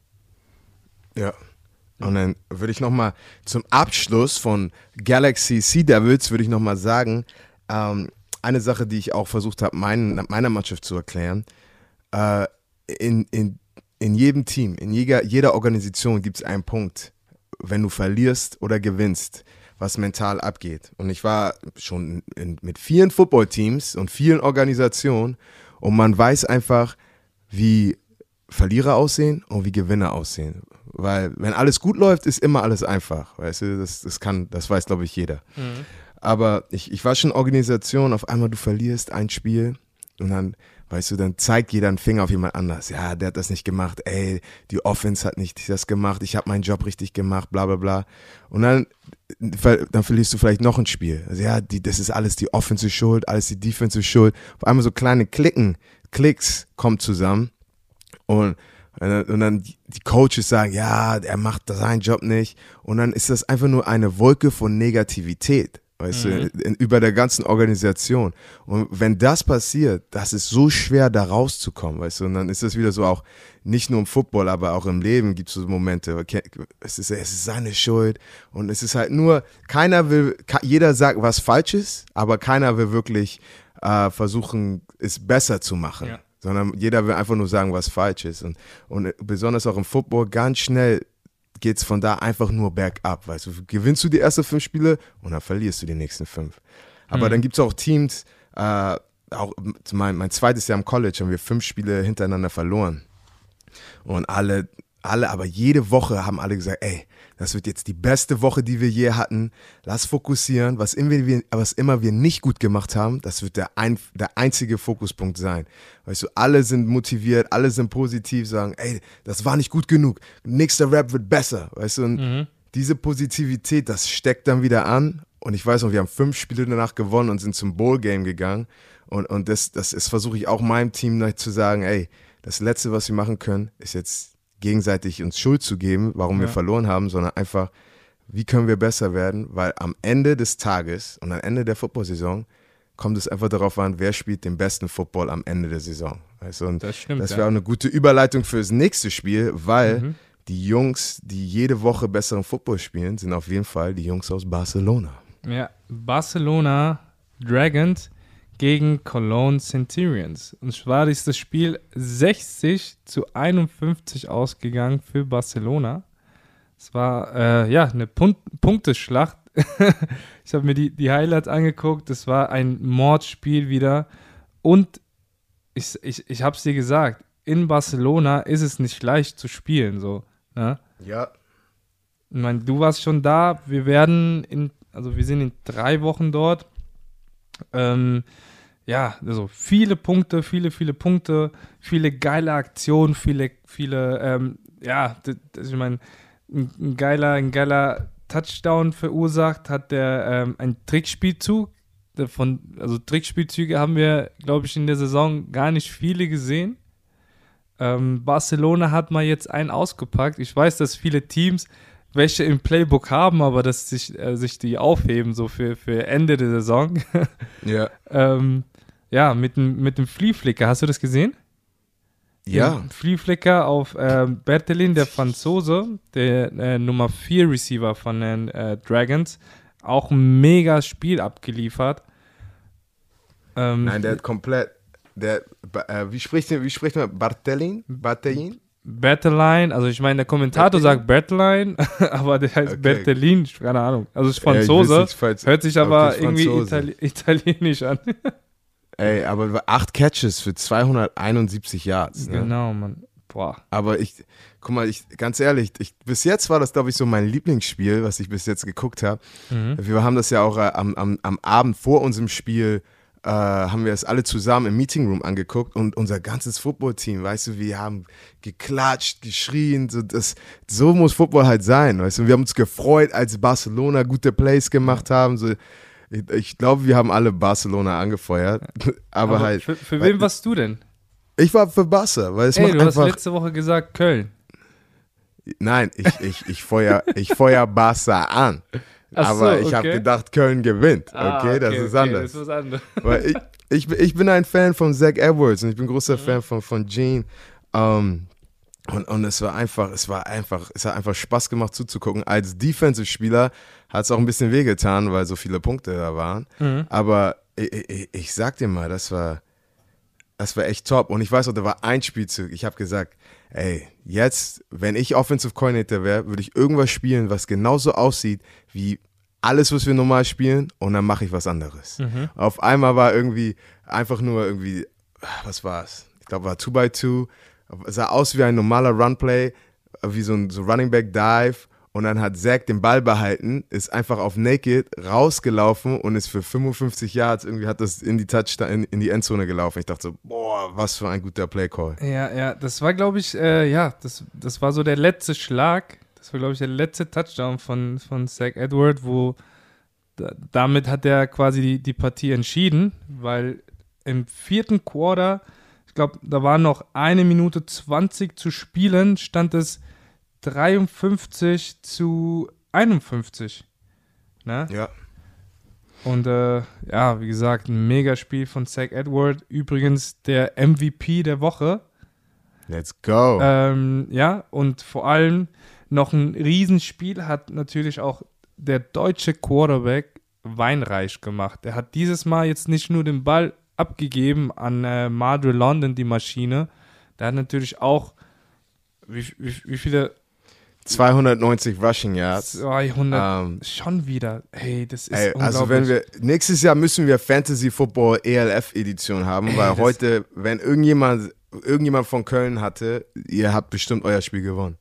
Ja. Und dann würde ich nochmal zum Abschluss von Galaxy Sea Devils, würde ich nochmal sagen, ähm, eine Sache, die ich auch versucht habe, mein, meiner Mannschaft zu erklären, äh, in, in, in jedem Team, in jeder, jeder Organisation gibt es einen Punkt, wenn du verlierst oder gewinnst, was mental abgeht. Und ich war schon in, mit vielen Footballteams und vielen Organisationen und man weiß einfach, wie Verlierer aussehen und wie Gewinner aussehen. Weil wenn alles gut läuft, ist immer alles einfach. Weißt du, das, das kann, das weiß, glaube ich, jeder. Mhm. Aber ich, ich war schon in Organisation, auf einmal du verlierst ein Spiel und dann, weißt du, dann zeigt jeder einen Finger auf jemand anders. Ja, der hat das nicht gemacht, ey, die Offense hat nicht das gemacht, ich habe meinen Job richtig gemacht, bla bla bla. Und dann, dann verlierst du vielleicht noch ein Spiel. Also ja, die, das ist alles die Offensive Schuld, alles die Defensive Schuld. Auf einmal so kleine Klicken, Klicks kommen zusammen und Und dann die Coaches sagen, ja, er macht seinen Job nicht. Und dann ist das einfach nur eine Wolke von Negativität, weißt mhm. du, in, über der ganzen Organisation. Und wenn das passiert, das ist so schwer, da rauszukommen, weißt du. Und dann ist das wieder so auch, nicht nur im Football, aber auch im Leben gibt es so Momente, es ist, es ist seine Schuld. Und es ist halt nur, keiner will, jeder sagt was Falsches, aber keiner will wirklich äh, versuchen, es besser zu machen. Ja. Sondern jeder will einfach nur sagen, was falsch ist. Und, und besonders auch im Football ganz schnell geht es von da einfach nur bergab. Weißt du, gewinnst du die ersten fünf Spiele und dann verlierst du die nächsten fünf. Aber mhm. dann gibt es auch Teams, äh, auch mein, mein zweites Jahr im College haben wir fünf Spiele hintereinander verloren. Und alle, alle, aber jede Woche haben alle gesagt, ey, das wird jetzt die beste Woche, die wir je hatten. Lass fokussieren. Was immer wir, was immer wir nicht gut gemacht haben, das wird der, ein, der einzige Fokuspunkt sein. Weißt du, alle sind motiviert, alle sind positiv, sagen, ey, das war nicht gut genug. Nächster Rap wird besser. Weißt du, und mhm. diese Positivität, das steckt dann wieder an. Und ich weiß noch, wir haben fünf Spiele danach gewonnen und sind zum Bowl-Game gegangen. Und, und das, das ist, versuche ich auch meinem Team zu sagen, ey, das Letzte, was wir machen können, ist jetzt gegenseitig uns Schuld zu geben, warum ja. wir verloren haben, sondern einfach, wie können wir besser werden, weil am Ende des Tages und am Ende der Football-Saison kommt es einfach darauf an, wer spielt den besten Football am Ende der Saison. Weißt du? Und das stimmt, das wäre ja. auch eine gute Überleitung fürs nächste Spiel, weil mhm. die Jungs, die jede Woche besseren Football spielen, sind auf jeden Fall die Jungs aus Barcelona. Ja, Barcelona Dragons gegen Cologne Centurions. Und zwar ist das Spiel sechzig zu einundfünfzig ausgegangen für Barcelona. Es war äh, ja eine Pun- Punkteschlacht. Ich habe mir die, die Highlights angeguckt. Es war ein Mordspiel wieder. Und ich, ich, ich habe es dir gesagt, in Barcelona ist es nicht leicht zu spielen. So, ne? Ja. Ich meine, du warst schon da. Wir werden in, also wir sind in drei Wochen dort. Ähm, ja, also viele Punkte, viele, viele Punkte, viele geile Aktionen, viele, viele, ähm, ja, das, das, ich meine, ein, ein geiler, ein geiler Touchdown verursacht hat der ähm, ein Trickspielzug. Von, also Trickspielzüge haben wir, glaube ich, in der Saison gar nicht viele gesehen. Ähm, Barcelona hat mal jetzt einen ausgepackt. Ich weiß, dass viele Teams welche im Playbook haben, aber dass sich, äh, sich die aufheben, so für, für Ende der Saison. Ja. ähm, ja, mit dem, mit dem Flea-Flicker. Hast du das gesehen? Ja. Flea-Flicker auf äh, Bertelin, der Franzose, der äh, Nummer vier Receiver von den äh, Dragons. Auch ein mega Spiel abgeliefert. Ähm, Nein, der hat komplett, der, äh, wie spricht wie spricht man, Bartelin? Bartelin? Bertelin, also ich meine, der Kommentator Bertelin? sagt Bertelin, aber der heißt okay. Bertelin, keine Ahnung. Also ist Franzose, ja, nicht, falls, hört sich aber okay, irgendwie Itali- italienisch an. Ey, aber acht Catches für zweihunderteinundsiebzig Yards. Ne? Genau, Mann. Boah. Aber ich, guck mal, ich, ganz ehrlich, ich, bis jetzt war das, glaube ich, so mein Lieblingsspiel, was ich bis jetzt geguckt habe. Mhm. Wir haben das ja auch äh, am, am, am Abend vor unserem Spiel äh, haben wir es alle zusammen im Meeting Room angeguckt und unser ganzes Football-Team, weißt du, wir haben geklatscht, geschrien, so, das, so muss Football halt sein, weißt du, und wir haben uns gefreut, als Barcelona gute Plays gemacht haben, so, ich, ich glaube, wir haben alle Barcelona angefeuert, aber, aber halt. Für, für wen warst du denn? Ich war für Barca, weil es Ey, macht du einfach, hast letzte Woche gesagt Köln. Nein, ich, ich, ich feuer, ich feuer Barca an. Ach aber so, ich okay. habe gedacht, Köln gewinnt. Okay, ah, okay das ist okay, anders. Das ist was anderes. Weil ich, ich, ich bin ein Fan von Zach Edwards und ich bin großer mhm. Fan von, von Gene. Um, und, und es war einfach, es war einfach, es hat einfach Spaß gemacht zuzugucken. Als Defensive-Spieler hat es auch ein bisschen wehgetan, weil so viele Punkte da waren. Mhm. Aber ich, ich, ich sag dir mal, das war, das war echt top. Und ich weiß auch, da war ein Spielzug. Ich habe gesagt, ey, jetzt, wenn ich Offensive Coordinator wäre, würde ich irgendwas spielen, was genauso aussieht wie alles, was wir normal spielen, und dann mache ich was anderes. Mhm. Auf einmal war irgendwie einfach nur irgendwie, was war es? Ich glaube, war two by two, sah aus wie ein normaler Runplay, wie so ein so Running Back Dive, und dann hat Zach den Ball behalten, ist einfach auf Naked rausgelaufen und ist für fünfundfünfzig Yards, irgendwie hat das in die Touchdown, in, in die Endzone gelaufen. Ich dachte so, boah, was für ein guter Playcall. Ja, ja, das war, glaube ich, äh, ja, das, das war so der letzte Schlag. Das war, glaube ich, der letzte Touchdown von, von Zach Edwards, wo da, damit hat er quasi die, die Partie entschieden, weil im vierten Quarter, ich glaube, da war noch eine Minute zwanzig zu spielen, stand es dreiundfünfzig zu einundfünfzig. Ne? Ja. Und äh, ja, wie gesagt, ein Megaspiel von Zach Edwards. Übrigens der M V P der Woche. Let's go. Ähm, ja, und vor allem noch ein Riesenspiel hat natürlich auch der deutsche Quarterback Weinreich gemacht. Er hat dieses Mal jetzt nicht nur den Ball abgegeben an äh, Madre London, die Maschine. Der hat natürlich auch, wie, wie, wie viele zweihundertneunzig Rushing Yards. zweihundert, Ähm, schon wieder. Hey, das ist Ey, unglaublich. also wenn wir, nächstes Jahr müssen wir Fantasy Football E L F Edition haben, Ey, weil das- heute, wenn irgendjemand, irgendjemand von Köln hatte, ihr habt bestimmt euer Spiel gewonnen.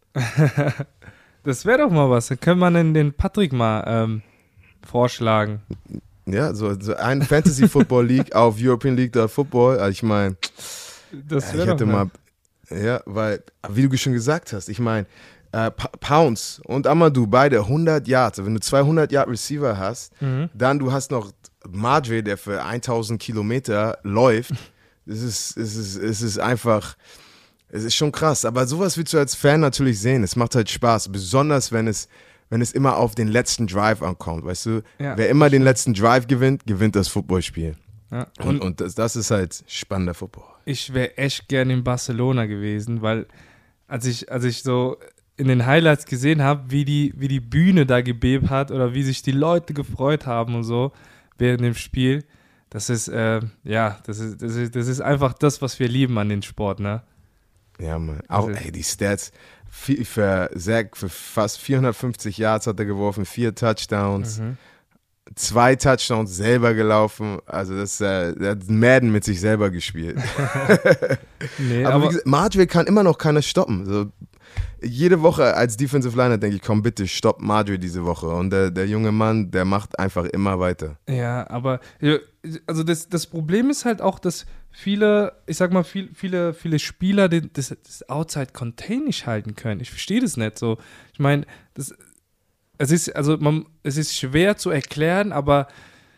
Das wäre doch mal was. Dann können wir den, den Patrick mal ähm, vorschlagen. Ja, so, so ein Fantasy Football League auf European League Football. Also ich meine, Das ich wäre doch hätte mal. mal, ja, weil, wie du schon gesagt hast, ich meine, äh, Pa- Pounds und Amadou, beide hundert Yards. Wenn du zweihundert Yard Receiver hast, Mhm. dann du hast noch Madre, der für tausend Kilometer läuft. Es ist, es ist, es ist einfach, es ist schon krass. Aber sowas willst du als Fan natürlich sehen. Es macht halt Spaß, besonders wenn es, wenn es immer auf den letzten Drive ankommt, weißt du? Ja, Wer immer den letzten Drive gewinnt, gewinnt das Footballspiel. Ja. Und, Und und das, das ist halt spannender Football. ich wäre echt gern in Barcelona gewesen, weil als ich, als ich so in den Highlights gesehen habe, wie die, wie die Bühne da gebebt hat oder wie sich die Leute gefreut haben und so während dem Spiel, das ist, äh, ja, das ist, das ist, das ist einfach das, was wir lieben an den Sport, ne? Ja, Mann. Auch, Also- ey, die Stats. Für, für Zach, für fast vierhundertfünfzig Yards hat er geworfen, vier Touchdowns, Mhm. zwei Touchdowns selber gelaufen. Also das, äh, der hat Madden mit sich selber gespielt. Nee, aber, aber, wie gesagt, Madre kann immer noch keiner stoppen. So, jede Woche als Defensive Liner denke ich, komm bitte, stopp Madre diese Woche. Und der, der junge Mann, der macht einfach immer weiter. ja, aber ja, also das, das Problem ist halt auch, dass viele, ich sag mal, viel, viele, viele Spieler den, das, das Outside Contain nicht halten können. Ich verstehe das nicht so. Ich meine, das es ist, also man, es ist schwer zu erklären, aber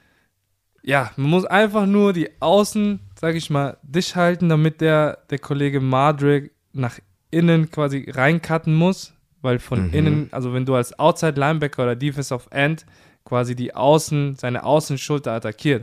ja, man muss einfach nur die Außen, sag ich mal, dicht halten, damit der, der Kollege Madrick nach innen quasi reincutten muss, weil von Mhm. innen, also wenn du als Outside Linebacker oder Defensive End quasi die Außen, seine Außenschulter attackiert,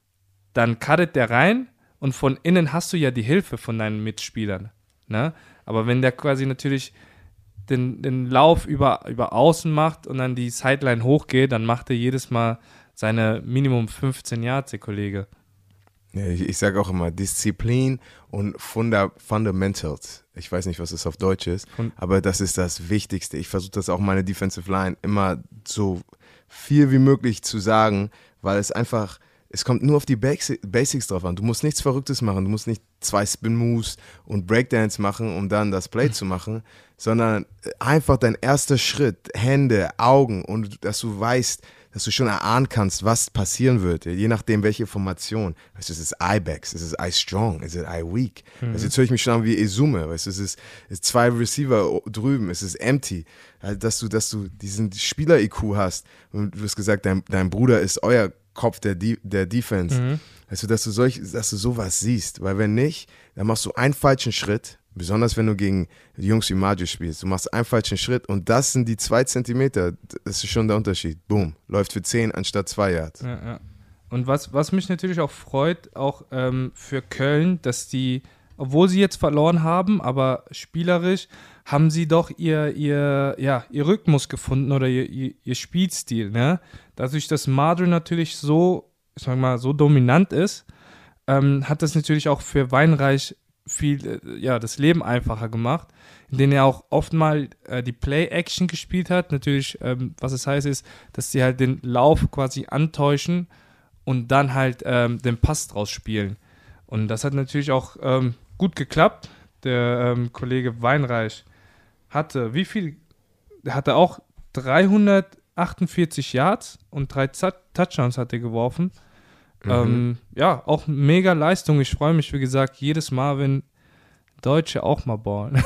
dann cuttet der rein und von innen hast du ja die Hilfe von deinen Mitspielern, ne? Aber wenn der quasi natürlich den, den Lauf über, über Außen macht und dann die Sideline hochgeht, dann macht er jedes Mal seine Minimum fünfzehn Yards, der Kollege. Ja, ich, ich sage auch immer Disziplin und Funda Fundamentals. Ich weiß nicht, was das auf Deutsch ist, Fun- aber das ist das Wichtigste. Ich versuche das auch meine Defensive Line immer so viel wie möglich zu sagen, weil es einfach, es kommt nur auf die Basi- Basics drauf an. Du musst nichts Verrücktes machen. Du musst nicht zwei Spin-Moves und Breakdance machen, um dann das Play zu machen, sondern einfach dein erster Schritt, Hände, Augen und dass du weißt, dass du schon erahnen kannst, was passieren wird, je nachdem, welche Formation. Weißt du, es ist I-Backs, es ist I-Strong, es ist I-Weak. Mhm. Weißt du, jetzt höre ich mich schon an wie Esume, weißt du, es ist, es ist zwei Receiver drüben, es ist empty. Also, dass du, dass du diesen Spieler-I Q hast und du hast gesagt, dein, dein Bruder ist euer Kopf der, De- der Defense. Mhm. Weißt du, dass du, solch, dass du sowas siehst, weil wenn nicht, dann machst du einen falschen Schritt, besonders wenn du gegen die Jungs wie Maggio spielst. Du machst einen falschen Schritt und das sind die zwei Zentimeter. Das ist schon der Unterschied. Boom. Läuft für zehn anstatt zwei Yards. Ja, ja. Und was, was mich natürlich auch freut, auch ähm, für Köln, dass die, obwohl sie jetzt verloren haben, aber spielerisch haben sie doch ihr, ihr, ja, ihr Rhythmus gefunden oder ihr, ihr, ihr Spielstil. Ne? Dadurch, dass Madre natürlich so, ich sag mal, so dominant ist, ähm, hat das natürlich auch für Weinreich viel, äh, ja, das Leben einfacher gemacht, in denen er auch oft mal äh, die Play-Action gespielt hat. Natürlich, ähm, was es heißt, ist, dass sie halt den Lauf quasi antäuschen und dann halt ähm, den Pass draus spielen. Und das hat natürlich auch ähm, gut geklappt. Der ähm, Kollege Weinreich hatte, wie viel? Der hatte auch dreihundertachtundvierzig Yards und drei Z- Touchdowns hat er geworfen. Mhm. Ähm, ja, auch mega Leistung. Ich freue mich, wie gesagt, jedes Mal, wenn Deutsche auch mal ballen.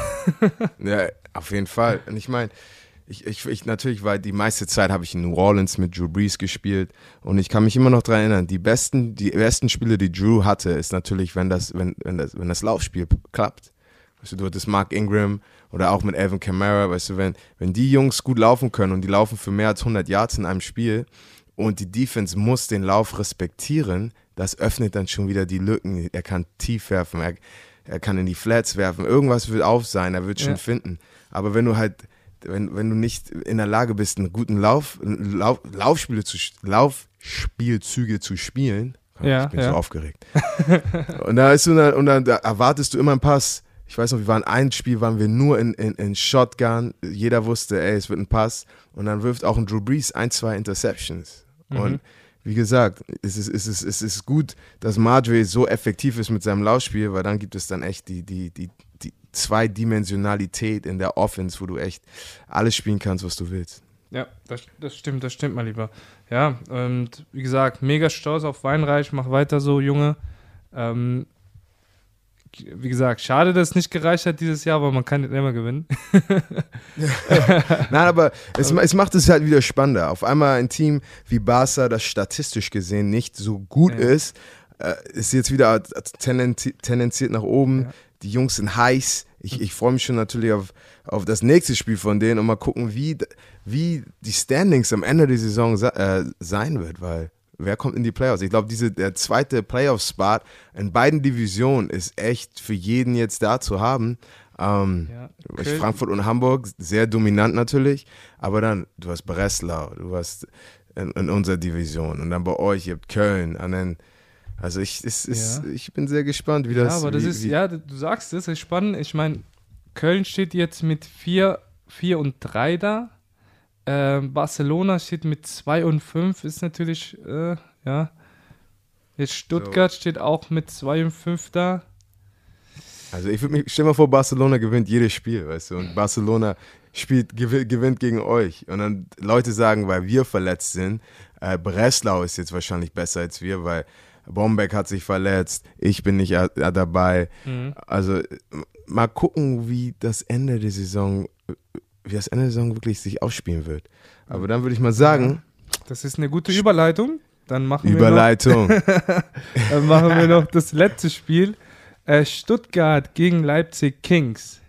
Ja, auf jeden Fall. Und ich meine, ich, ich, ich natürlich, weil die meiste Zeit habe ich in New Orleans mit Drew Brees gespielt und ich kann mich immer noch daran erinnern, die besten, die besten Spiele, die Drew hatte, ist natürlich, wenn das, wenn, wenn das, wenn das Laufspiel klappt. Weißt du, du hattest Mark Ingram oder auch mit Alvin Kamara, weißt du, wenn, wenn die Jungs gut laufen können und die laufen für mehr als hundert Yards in einem Spiel und die Defense muss den Lauf respektieren, das öffnet dann schon wieder die Lücken. Er kann tief werfen, er, er kann in die Flats werfen, irgendwas wird auf sein, er wird schon Ja. finden. Aber wenn du halt, wenn, wenn du nicht in der Lage bist, einen guten Lauf, Lauf Laufspiele zu, Laufspielzüge zu spielen, Ja, ich bin ja. so aufgeregt. und da ist du dann, und dann da erwartest du immer einen Pass. ich weiß noch, wir waren ein Spiel, waren wir nur in, in, in Shotgun. Jeder wusste, ey, es wird ein Pass. Und dann wirft auch ein Drew Brees ein, zwei Interceptions. Mhm. Und wie gesagt, es ist, es, ist, es ist gut, dass Marjorie so effektiv ist mit seinem Laufspiel, weil dann gibt es dann echt die, die, die, die Zweidimensionalität in der Offense, wo du echt alles spielen kannst, was du willst. Ja, das, das stimmt, das stimmt, mein Lieber. Ja, und wie gesagt, mega stolz auf Weinreich, mach weiter so, Junge. Ähm, wie gesagt, schade, dass es nicht gereicht hat dieses Jahr, aber man kann nicht immer gewinnen. Nein, aber es, es macht es halt wieder spannender. Auf einmal ein Team wie Barca, das statistisch gesehen nicht so gut ja. ist, äh, ist jetzt wieder tendenzi- tendenziert nach oben. Ja. Die Jungs sind heiß. Ich, ich freue mich schon natürlich auf, auf das nächste Spiel von denen und mal gucken, wie, wie die Standings am Ende der Saison äh, sein wird, weil wer kommt in die Playoffs? Ich glaube, diese der zweite Playoff-Spot in beiden Divisionen ist echt für jeden jetzt da zu haben. Ähm, ja, okay. Frankfurt und Hamburg, sehr dominant natürlich, aber dann, du hast Breslau, du hast in, in unserer Division und dann bei euch, ihr habt Köln und dann Also ich, es ist, ja. ich bin sehr gespannt, wie das... Ja, aber das wie, ist, wie ja, du sagst es, ist spannend. Ich meine, Köln steht jetzt mit vier und drei da. Ähm, Barcelona steht mit zwei und fünf, ist natürlich, äh, ja. Jetzt Stuttgart so. Steht auch mit zwei und fünf da. Also ich würde mich, stell mal vor, Barcelona gewinnt jedes Spiel, weißt du, und Barcelona spielt, gewinnt gegen euch. Und dann Leute sagen, weil wir verletzt sind, äh, Breslau ist jetzt wahrscheinlich besser als wir, weil Bombeck hat sich verletzt, ich bin nicht a- a- dabei. Mhm. Also mal gucken, wie das Ende der Saison, wie das Ende der Saison wirklich sich ausspielen wird. Aber dann würde ich mal sagen... Das ist eine gute Überleitung. Dann machen Überleitung. Wir noch, dann machen wir noch das letzte Spiel. Äh, Stuttgart gegen Leipzig Kings.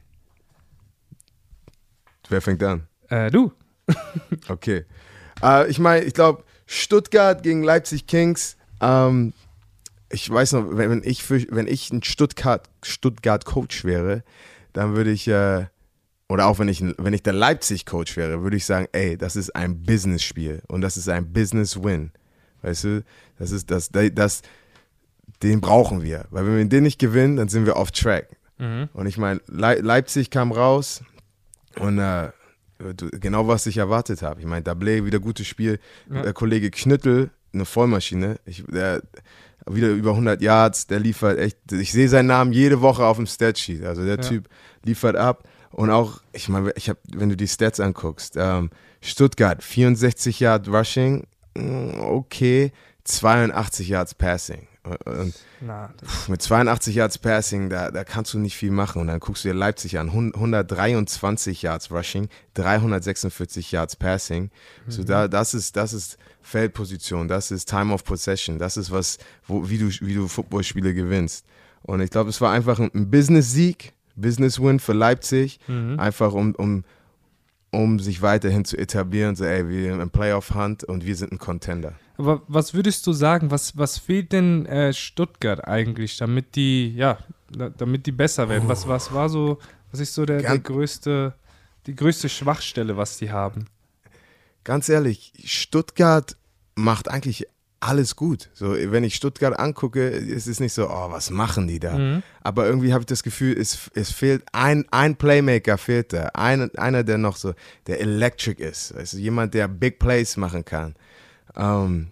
Wer fängt an? Äh, du. Okay. Äh, ich meine, ich glaube, Stuttgart gegen Leipzig Kings... Ähm, ich weiß noch, wenn ich, für, wenn ich ein Stuttgart, Stuttgart-Coach wäre, dann würde ich, äh, oder auch wenn ich, wenn ich der Leipzig-Coach wäre, würde ich sagen, ey, das ist ein Business-Spiel und das ist ein Business-Win. Weißt du, das ist, das, das, den brauchen wir. Weil wenn wir den nicht gewinnen, dann sind wir off track. Mhm. Und ich meine, Le- Leipzig kam raus und äh, genau was ich erwartet habe. Ich meine, Dablé, wieder gutes Spiel. Ja. Der Kollege Knüttel, eine Vollmaschine. Ich, der, wieder über hundert Yards, der liefert echt, ich sehe seinen Namen jede Woche auf dem Statsheet, also der ja. Typ liefert ab und auch, ich meine, ich habe, wenn du die Stats anguckst, ähm, Stuttgart, vierundsechzig Yard Rushing, okay, zweiundachtzig Yards Passing und Na, mit zweiundachtzig Yards Passing, da, da kannst du nicht viel machen und dann guckst du dir Leipzig an, hundertdreiundzwanzig Yards Rushing, dreihundertsechsundvierzig Yards Passing, mhm. so da, das ist, das ist Feldposition, das ist Time of Possession, das ist was, wo, wie du, wie du Footballspiele gewinnst. Und ich glaube, es war einfach ein, ein Business-Sieg, Business-Win für Leipzig, mhm. einfach um, um, um sich weiterhin zu etablieren, so ey, wir sind im Playoff-Hunt und wir sind ein Contender. Aber was würdest du sagen, was, was fehlt denn äh, Stuttgart eigentlich, damit die, ja, da, damit die besser werden? Was, was war so, was ist so der, der größte, die größte Schwachstelle, was die haben? Ganz ehrlich, Stuttgart macht eigentlich alles gut. So, wenn ich Stuttgart angucke, ist es nicht so, oh, was machen die da? Mhm. Aber irgendwie habe ich das Gefühl, es, es fehlt ein, ein Playmaker fehlt da. Ein, einer, der noch so, der electric ist. Also jemand, der Big Plays machen kann. Ähm,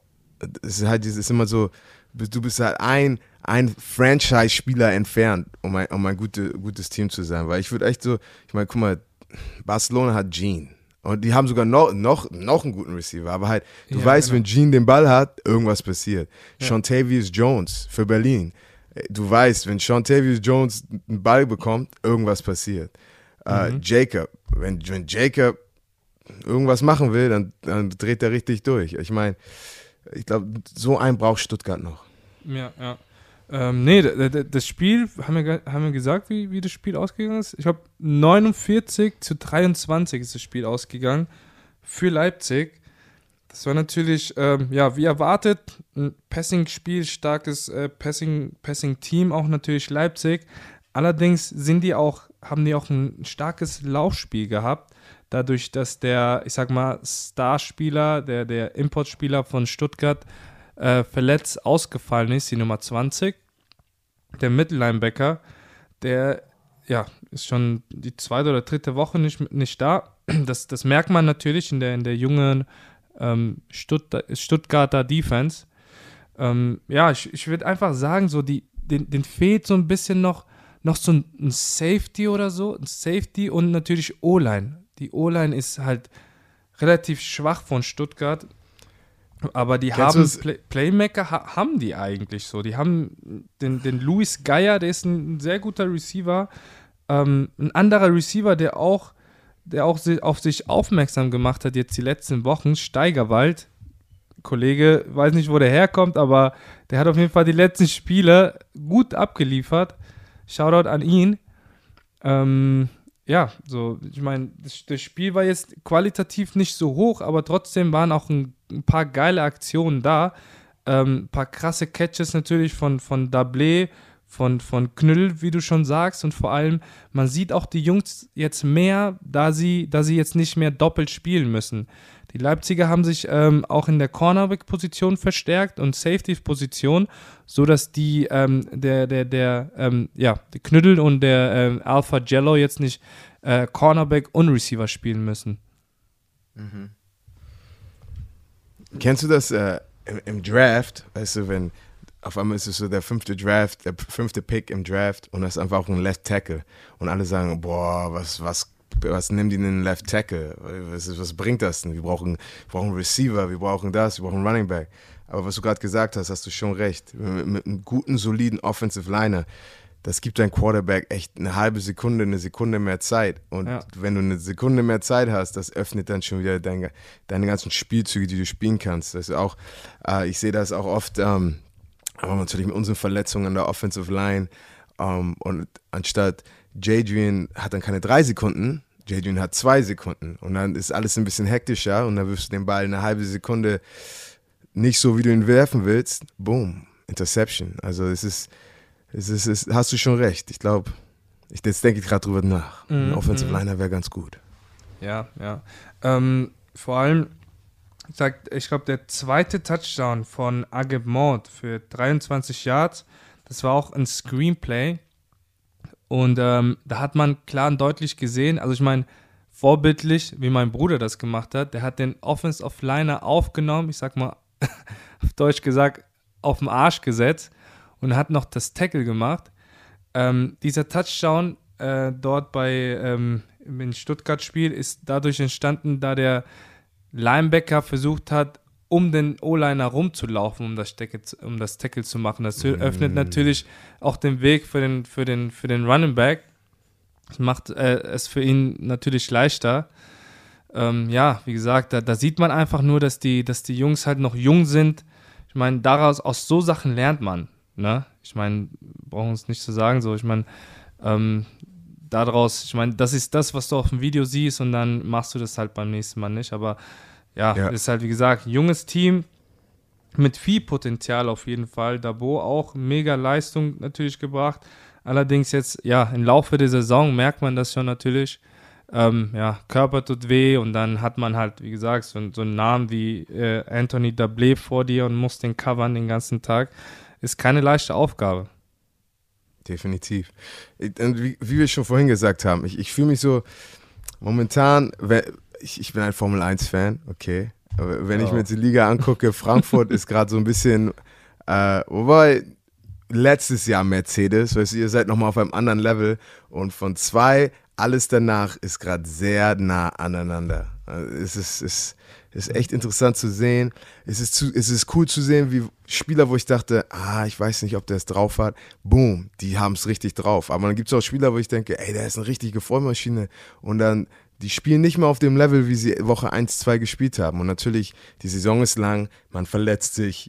es ist halt, es ist immer so, du bist halt ein, ein Franchise-Spieler entfernt, um ein, um ein gute, gutes Team zu sein. Weil ich würde echt so, ich meine, guck mal, Barcelona hat Gene. Und die haben sogar noch, noch, noch einen guten Receiver. Aber halt, du ja, weißt, genau. wenn Gene den Ball hat, irgendwas passiert. Ja. Seantavius Jones für Berlin. Du weißt, wenn Seantavius Jones einen Ball bekommt, irgendwas passiert. Mhm. Uh, Jacob, wenn, wenn Jacob irgendwas machen will, dann, dann dreht er richtig durch. Ich meine, ich glaube, so einen braucht Stuttgart noch. Ja, ja. Ähm, nee, das Spiel, haben wir, haben wir gesagt, wie, wie das Spiel ausgegangen ist? Ich glaube, neunundvierzig zu dreiundzwanzig ist das Spiel ausgegangen für Leipzig. Das war natürlich, ähm, ja, wie erwartet, ein Passing-Spiel, starkes äh, Passing, Passing-Team, auch natürlich Leipzig. Allerdings sind die auch, haben die auch ein starkes Laufspiel gehabt, dadurch, dass der, ich sag mal, Starspieler, der, der Importspieler von Stuttgart, Äh, verletzt ausgefallen ist, die Nummer zwanzig, der Mittellinebacker, der ja, ist schon die zweite oder dritte Woche nicht, nicht da. Das, das merkt man natürlich in der, in der jungen ähm, Stutt- Stuttgarter Defense. Ähm, ja, ich, ich würde einfach sagen, so die, den, den fehlt so ein bisschen noch, noch so ein, ein Safety oder so, ein Safety und natürlich O-Line. Die O-Line ist halt relativ schwach von Stuttgart, aber die Kennst haben du's? Play- Playmaker, ha, haben die eigentlich so. Die haben den, den Luis Geier, der ist ein sehr guter Receiver. Ähm, ein anderer Receiver, der auch, der auch si- auf sich aufmerksam gemacht hat jetzt die letzten Wochen, Steigerwald. Kollege, weiß nicht, wo der herkommt, aber der hat auf jeden Fall die letzten Spiele gut abgeliefert. Shoutout an ihn. Ähm, ja, so, ich meine, das, das Spiel war jetzt qualitativ nicht so hoch, aber trotzdem waren auch ein, ein paar geile Aktionen da. Ähm, ein paar krasse Catches natürlich von, von Dablé, von, von Knüll, wie du schon sagst. Und vor allem, man sieht auch die Jungs jetzt mehr, da sie, da sie jetzt nicht mehr doppelt spielen müssen. Die Leipziger haben sich ähm, auch in der Cornerback-Position verstärkt und Safety-Position, sodass die, ähm, der, der, der, ähm, ja, der Knüttel und der ähm, Alpha Jello jetzt nicht äh, Cornerback und Receiver spielen müssen. Kennst du das äh, im, im Draft, weißt du, wenn auf einmal ist es so der fünfte Draft, der fünfte Pick im Draft und das ist einfach auch ein Left Tackle und alle sagen, boah, was, was, was nimmt die denn einen Left Tackle? Was, was bringt das denn? Wir brauchen, wir brauchen einen Receiver, wir brauchen das, wir brauchen einen Running Back. Aber was du gerade gesagt hast, hast du schon recht. Mit, mit einem guten, soliden Offensive Liner, das gibt dein Quarterback echt eine halbe Sekunde, eine Sekunde mehr Zeit. Und Ja. wenn du eine Sekunde mehr Zeit hast, das öffnet dann schon wieder deine, deine ganzen Spielzüge, die du spielen kannst. Das ist auch, äh, ich sehe das auch oft, ähm, aber natürlich mit unseren Verletzungen an der Offensive Line. Ähm, und anstatt Jadrian hat dann keine drei Sekunden, Jadrian hat zwei Sekunden. Und dann ist alles ein bisschen hektischer und dann wirfst du den Ball eine halbe Sekunde nicht so, wie du ihn werfen willst. Boom, Interception. Also es ist, es ist, es hast du schon recht. Ich glaube, ich, jetzt denke ich gerade drüber nach. Ein Mhm, Offensive mhm. Liner wäre ganz gut. Ja, ja. Ähm, vor allem, ich, sag, ich glaube, der zweite Touchdown von Agib Mord für dreiundzwanzig Yards, das war auch ein Screenplay. Und ähm, da hat man klar und deutlich gesehen, also ich meine, vorbildlich, wie mein Bruder das gemacht hat, der hat den Offensive Liner aufgenommen, ich sag mal, auf Deutsch gesagt, auf den Arsch gesetzt und hat noch das Tackle gemacht. Ähm, dieser Touchdown äh, dort bei ähm, im Stuttgart-Spiel ist dadurch entstanden, da der Linebacker versucht hat, um den O-Liner rumzulaufen, um das, Tackle, um das Tackle zu machen. Das mm. öffnet natürlich auch den Weg für den, für den, für den Running Back. Das macht äh, es für ihn natürlich leichter. Ähm, ja, wie gesagt, da, da sieht man einfach nur, dass die, dass die Jungs halt noch jung sind. Ich meine, daraus, aus so Sachen lernt man. Ne? Ich meine, brauchen wir uns nicht zu sagen, so, ich meine, ähm, daraus, ich meine, das ist das, was du auf dem Video siehst und dann machst du das halt beim nächsten Mal nicht, aber ja, Ja. ist halt, wie gesagt, ein junges Team mit viel Potenzial auf jeden Fall. Dabo auch mega Leistung natürlich gebracht. Allerdings jetzt, ja, im Laufe der Saison merkt man das schon natürlich. Ähm, ja, Körper tut weh und dann hat man halt, wie gesagt, so, so einen Namen wie äh, Anthony Dablé vor dir und muss den covern den ganzen Tag. Ist keine leichte Aufgabe. Definitiv. Ich- und Wie, wie wir schon vorhin gesagt haben, ich, ich fühle mich so momentan, we- ich, ich bin ein Formel eins Fan, okay. Aber wenn ich Oh. mir jetzt die Liga angucke, Frankfurt ist gerade so ein bisschen, äh, wobei letztes Jahr Mercedes, weißt du, ihr seid nochmal auf einem anderen Level und von zwei, alles danach ist gerade sehr nah aneinander. Also es ist, es ist echt interessant zu sehen. Es ist, zu, es ist cool zu sehen, wie Spieler, wo ich dachte, ah, ich weiß nicht, ob der es drauf hat. Boom, die haben es richtig drauf. Aber dann gibt es auch Spieler, wo ich denke, ey, der ist eine richtige Vollmaschine. Und dann, die spielen nicht mehr auf dem Level, wie sie Woche eins, zwei gespielt haben. Und natürlich, die Saison ist lang, man verletzt sich.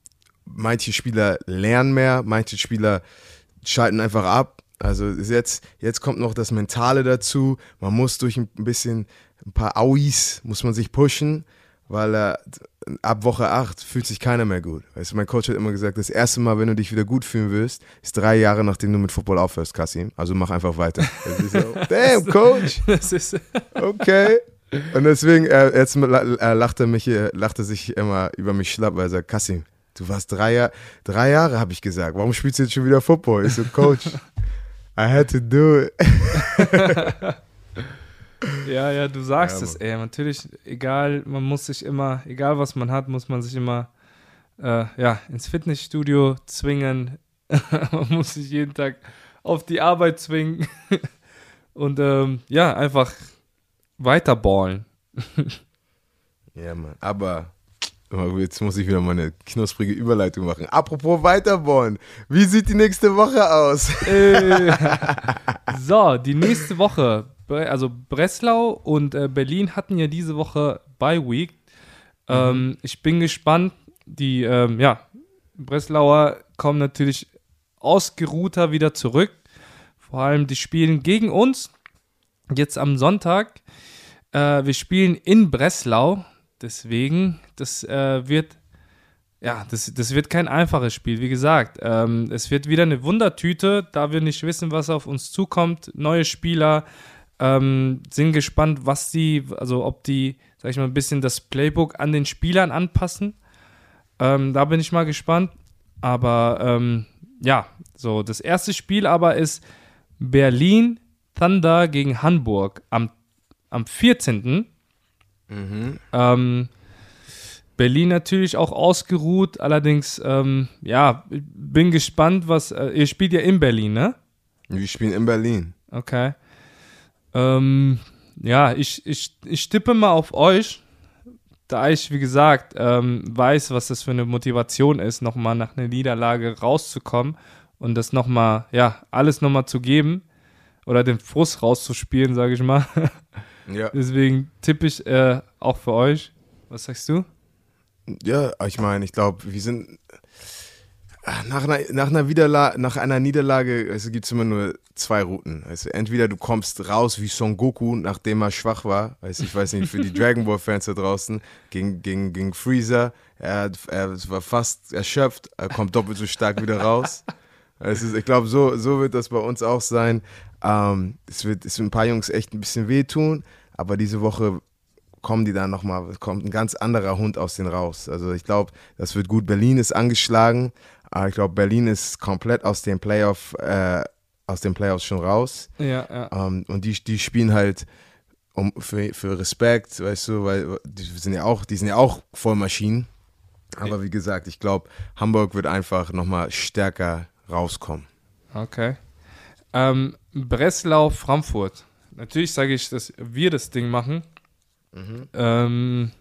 Manche Spieler lernen mehr, manche Spieler schalten einfach ab. Also ist jetzt, jetzt kommt noch das Mentale dazu. Man muss durch ein bisschen, ein paar Auis, muss man sich pushen, weil äh, ab Woche acht fühlt sich keiner mehr gut. Weißt du, mein Coach hat immer gesagt, das erste Mal, wenn du dich wieder gut fühlen willst, ist drei Jahre, nachdem du mit Football aufhörst, Kassim. Also mach einfach weiter. Das ist so, damn, Coach! Das ist, Okay. Und deswegen, äh, jetzt äh, lacht er mich, äh, lacht er sich immer über mich schlapp, weil er sagt, Kassim, du warst drei Jahre, drei Jahre, habe ich gesagt. Warum spielst du jetzt schon wieder Football? Ich so, Coach, I had to do it. Ja, ja, du sagst Ja, es, ey. Natürlich, egal, man muss sich immer, egal was man hat, muss man sich immer äh, ja, ins Fitnessstudio zwingen. Man muss sich jeden Tag auf die Arbeit zwingen. Und ähm, ja, einfach weiterballen. Ja, Mann. Aber jetzt muss ich wieder mal eine knusprige Überleitung machen. Apropos weiterballen. Wie sieht die nächste Woche aus? Äh, so, die nächste Woche. Also Breslau und äh, Berlin hatten ja diese Woche Bye Week. Ähm, mhm. Ich bin gespannt. Die ähm, ja, Breslauer kommen natürlich ausgeruhter wieder zurück. Vor allem, die spielen gegen uns. Jetzt am Sonntag. Äh, wir spielen in Breslau. Deswegen, das äh, wird ja, das, das wird kein einfaches Spiel. Wie gesagt, ähm, es wird wieder eine Wundertüte, da wir nicht wissen, was auf uns zukommt. Neue Spieler, ähm, sind gespannt, was die, also ob die, sag ich mal, ein bisschen das Playbook an den Spielern anpassen. Ähm, da bin ich mal gespannt. Aber ähm, ja, so das erste Spiel aber ist Berlin Thunder gegen Hamburg am, am vierzehnten Mhm. Ähm, Berlin natürlich auch ausgeruht, allerdings, ähm, ja, bin gespannt, was, äh, ihr spielt ja in Berlin, ne? Wir spielen in Berlin. Okay. Ähm, ja, ich, ich, ich tippe mal auf euch, da ich, wie gesagt, ähm, weiß, was das für eine Motivation ist, nochmal nach einer Niederlage rauszukommen und das nochmal, ja, alles nochmal zu geben oder den Frust rauszuspielen, sage ich mal. Ja. Deswegen tippe ich äh, auch für euch. Was sagst du? Ja, ich meine, ich glaube, wir sind nach einer, nach einer, Wiederla- nach einer Niederlage, es gibt immer nur zwei Routen. Also entweder du kommst raus wie Son Goku, nachdem er schwach war. Also ich weiß nicht, für die Dragon Ball Fans da draußen, gegen, gegen, gegen Freezer. Er, er war fast erschöpft, er kommt doppelt so stark wieder raus. Es ist, ich glaube, so, so wird das bei uns auch sein. Ähm, es wird es wird ein paar Jungs echt ein bisschen wehtun, aber diese Woche kommen die dann nochmal, kommt ein ganz anderer Hund aus denen raus. Also ich glaube, das wird gut. Berlin ist angeschlagen, aber ich glaube, Berlin ist komplett aus dem Playoff, äh, aus den Playoffs schon raus. Ja, ja. Ähm, und die, die spielen halt um, für, für Respekt, weißt du, weil die sind ja auch, die sind ja auch voll Maschinen. Aber wie gesagt, ich glaube, Hamburg wird einfach nochmal stärker rauskommen. Okay. Ähm, Breslau, Frankfurt. Natürlich sage ich, dass wir das Ding machen. Mhm. Ähm,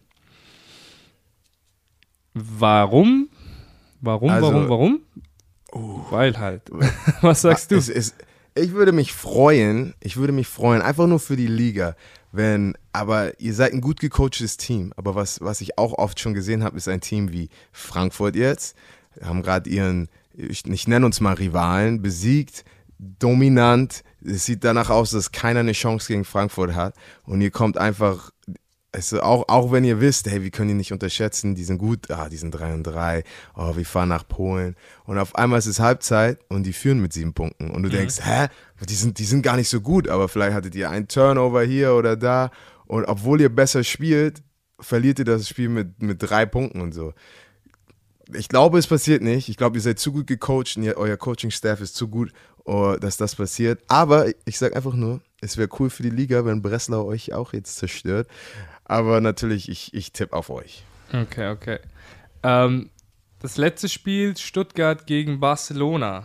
warum? Warum, Also, warum, warum? Uh, Weil halt. Was sagst du? Es, es, ich würde mich freuen, ich würde mich freuen, einfach nur für die Liga, wenn, aber ihr seid ein gut gecoachtes Team, aber was, was ich auch oft schon gesehen habe, ist ein Team wie Frankfurt jetzt, haben gerade ihren, ich, ich nenne uns mal Rivalen, besiegt, dominant, es sieht danach aus, dass keiner eine Chance gegen Frankfurt hat und ihr kommt einfach, also auch, auch wenn ihr wisst, hey, wir können die nicht unterschätzen, die sind gut, ah, die sind drei und drei, oh, wir fahren nach Polen und auf einmal ist es Halbzeit und die führen mit sieben Punkten und du mhm. denkst, hä, die sind, die sind gar nicht so gut, aber vielleicht hattet ihr einen Turnover hier oder da und obwohl ihr besser spielt, verliert ihr das Spiel mit, mit drei Punkten und so. Ich glaube, es passiert nicht. Ich glaube, ihr seid zu gut gecoacht und ihr, euer Coaching-Staff ist zu gut, oh, dass das passiert. Aber ich sage einfach nur, es wäre cool für die Liga, wenn Breslau euch auch jetzt zerstört. Aber natürlich, ich, ich tippe auf euch. Okay, okay. Ähm, das letzte Spiel, Stuttgart gegen Barcelona.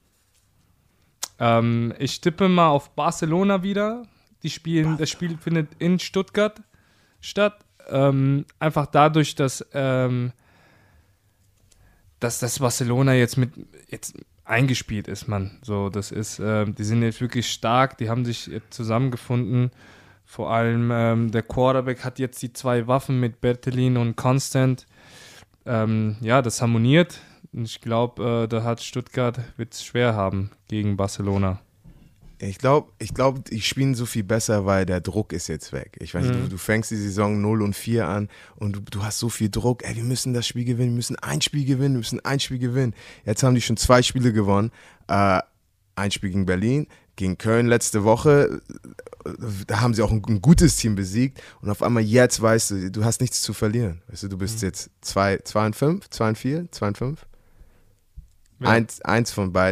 Ähm, ich tippe mal auf Barcelona wieder. Die spielen, das Spiel findet in Stuttgart statt. Ähm, einfach dadurch, dass, ähm, dass das Barcelona jetzt mit jetzt eingespielt ist, man. So, das ist, ähm, die sind jetzt wirklich stark, die haben sich jetzt zusammengefunden. Vor allem ähm, der Quarterback hat jetzt die zwei Waffen mit Bertelin und Constant. Ähm, ja, das harmoniert. Ich glaube, äh, da hat Stuttgart wird es schwer haben gegen Barcelona. Ich glaube, ich glaub, die spielen so viel besser, weil der Druck ist jetzt weg. Ich weiß nicht, mhm. du, du fängst die Saison null und vier an und du, du hast so viel Druck. Ey, wir müssen das Spiel gewinnen, wir müssen ein Spiel gewinnen, wir müssen ein Spiel gewinnen. Jetzt haben die schon zwei Spiele gewonnen. Äh, ein Spiel gegen Berlin, gegen Köln letzte Woche. Da haben sie auch ein, ein gutes Team besiegt und auf einmal jetzt weißt du, du hast nichts zu verlieren. Weißt du, du bist mhm. jetzt zwei, zwei und fünf, zwei und vier, zwei und fünf. Ja. Eins, eins von beiden.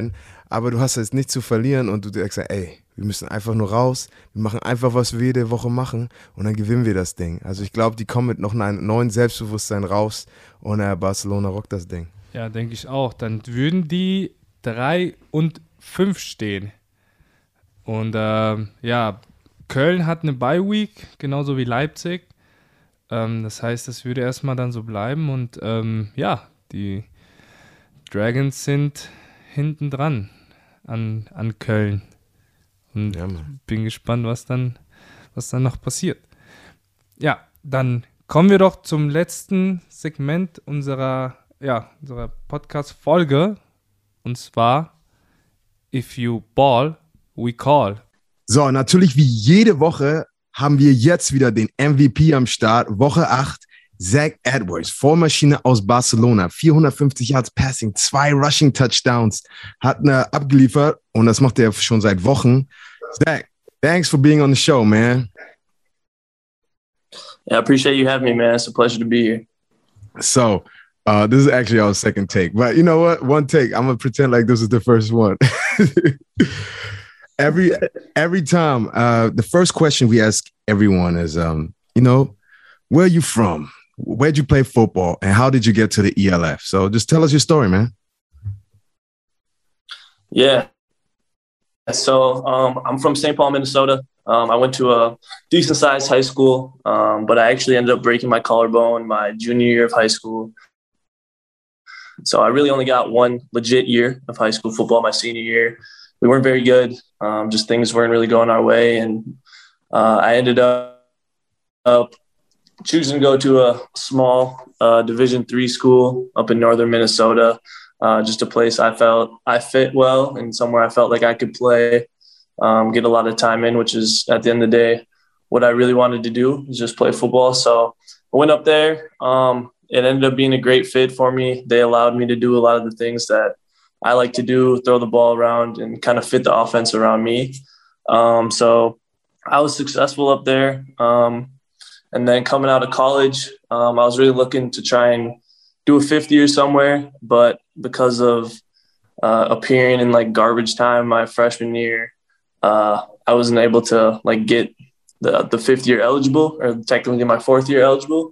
aber du hast jetzt nichts zu verlieren und du denkst, ey, wir müssen einfach nur raus, wir machen einfach, was wir jede Woche machen und dann gewinnen wir das Ding. Also ich glaube, die kommen mit noch einem neuen Selbstbewusstsein raus und äh, Barcelona rockt das Ding. Ja, denke ich auch. Dann würden die drei und fünf stehen. Und äh, ja, Köln hat eine Bye-Week, genauso wie Leipzig. Ähm, das heißt, das würde erstmal dann so bleiben. Und ähm, ja, die Dragons sind hinten dran an, an Köln. Und ja, bin gespannt, was dann, was dann noch passiert. Ja, dann kommen wir doch zum letzten Segment unserer, ja, unserer Podcast-Folge. Und zwar If You Ball, We Call. So, natürlich wie jede Woche haben wir jetzt wieder den M V P am Start. Woche acht, Zach Edwards, Vormaschine aus Barcelona. vierhundertfünfzig Yards Passing, zwei Rushing Touchdowns, hat eine abgeliefert und das macht er schon seit Wochen. Zach, thanks for being on the show, man. Yeah, I appreciate you having me, man. It's a pleasure to be here. So, uh, this is actually our second take, but you know what? One take. I'm gonna pretend like this is the first one. Every every time, uh, the first question we ask everyone is, um, you know, where are you from? Where'd you play football? And how did you get to the E L F? So just tell us your story, man. Yeah. So um, I'm from Saint Paul, Minnesota. Um, I went to a decent-sized high school, um, but I actually ended up breaking my collarbone my junior year of high school. So I really only got one legit year of high school football my senior year. We weren't very good. Um, just things weren't really going our way. And uh, I ended up, up choosing to go to a small uh, Division three school up in northern Minnesota, uh, just a place I felt I fit well and somewhere I felt like I could play, um, get a lot of time in, which is at the end of the day what I really wanted to do, is just play football. So I went up there. Um, it ended up being a great fit for me. They allowed me to do a lot of the things that I like to do, throw the ball around and kind of fit the offense around me. Um, so I was successful up there. Um, and then coming out of college, um, I was really looking to try and do a fifth year somewhere. But because of uh, appearing in like garbage time my freshman year, uh, I wasn't able to like get the, the fifth year eligible, or technically my fourth year eligible.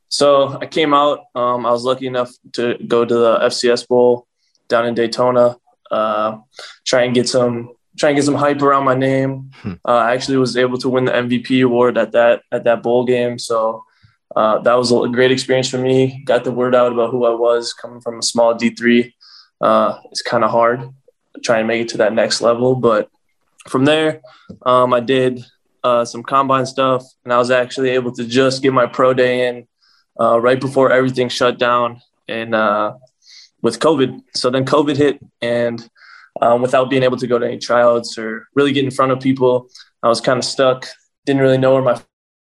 So I came out. Um, I was lucky enough to go to the F C S Bowl down in Daytona, uh, try and get some, try and get some hype around my name. Hmm. Uh, I actually was able to win the M V P award at that, at that bowl game. So uh, that was a great experience for me. Got the word out about who I was coming from a small D three. Uh, it's kind of hard to try and make it to that next level. But from there, um, I did uh, some combine stuff, and I was actually able to just get my pro day in uh, right before everything shut down. And, uh, with COVID. So then COVID hit, and um, without being able to go to any tryouts or really get in front of people, I was kind of stuck. Didn't really know where my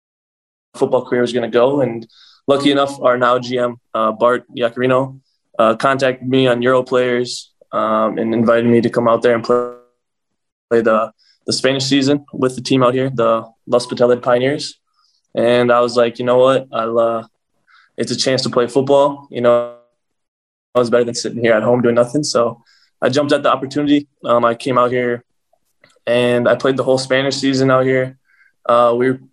football career was going to go. And lucky enough, our now G M, uh, Bart Iacarino, uh, contacted me on Euro Players um, and invited me to come out there and play, play the, the Spanish season with the team out here, the Los Patelet Pioneers. And I was like, you know what? I'll, uh, it's a chance to play football, you know. I was better than sitting here at home doing nothing. So I jumped at the opportunity. Um, I came out here and I played the whole Spanish season out here. Uh, we were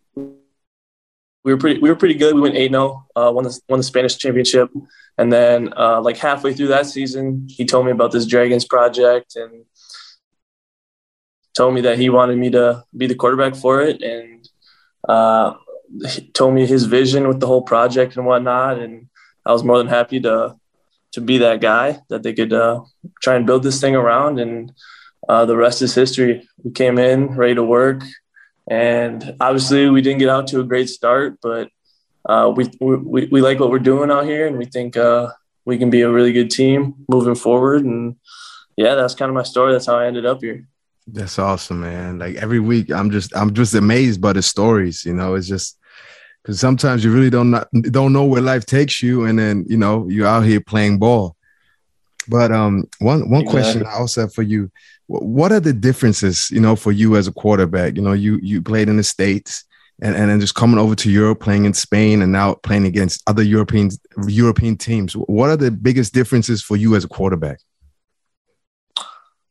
we were pretty we were pretty good. We went eight and oh, uh, won the won the Spanish championship. And then uh, like halfway through that season, he told me about this Dragons project and told me that he wanted me to be the quarterback for it, and uh, he told me his vision with the whole project and whatnot. And I was more than happy to to be that guy that they could uh, try and build this thing around. And uh, the rest is history. We came in ready to work, and obviously we didn't get out to a great start, but uh, we, we, we like what we're doing out here, and we think uh, we can be a really good team moving forward. And yeah, that's kind of my story. That's how I ended up here. That's awesome, man. Like every week I'm just, I'm just amazed by the stories, you know. It's just, because sometimes you really don't not, don't know where life takes you, and then you know you're out here playing ball. But um, one one exactly. question I also have for you: what are the differences, you know, for you as a quarterback? You know, you you played in the States, and and then just coming over to Europe, playing in Spain, and now playing against other European European teams. What are the biggest differences for you as a quarterback?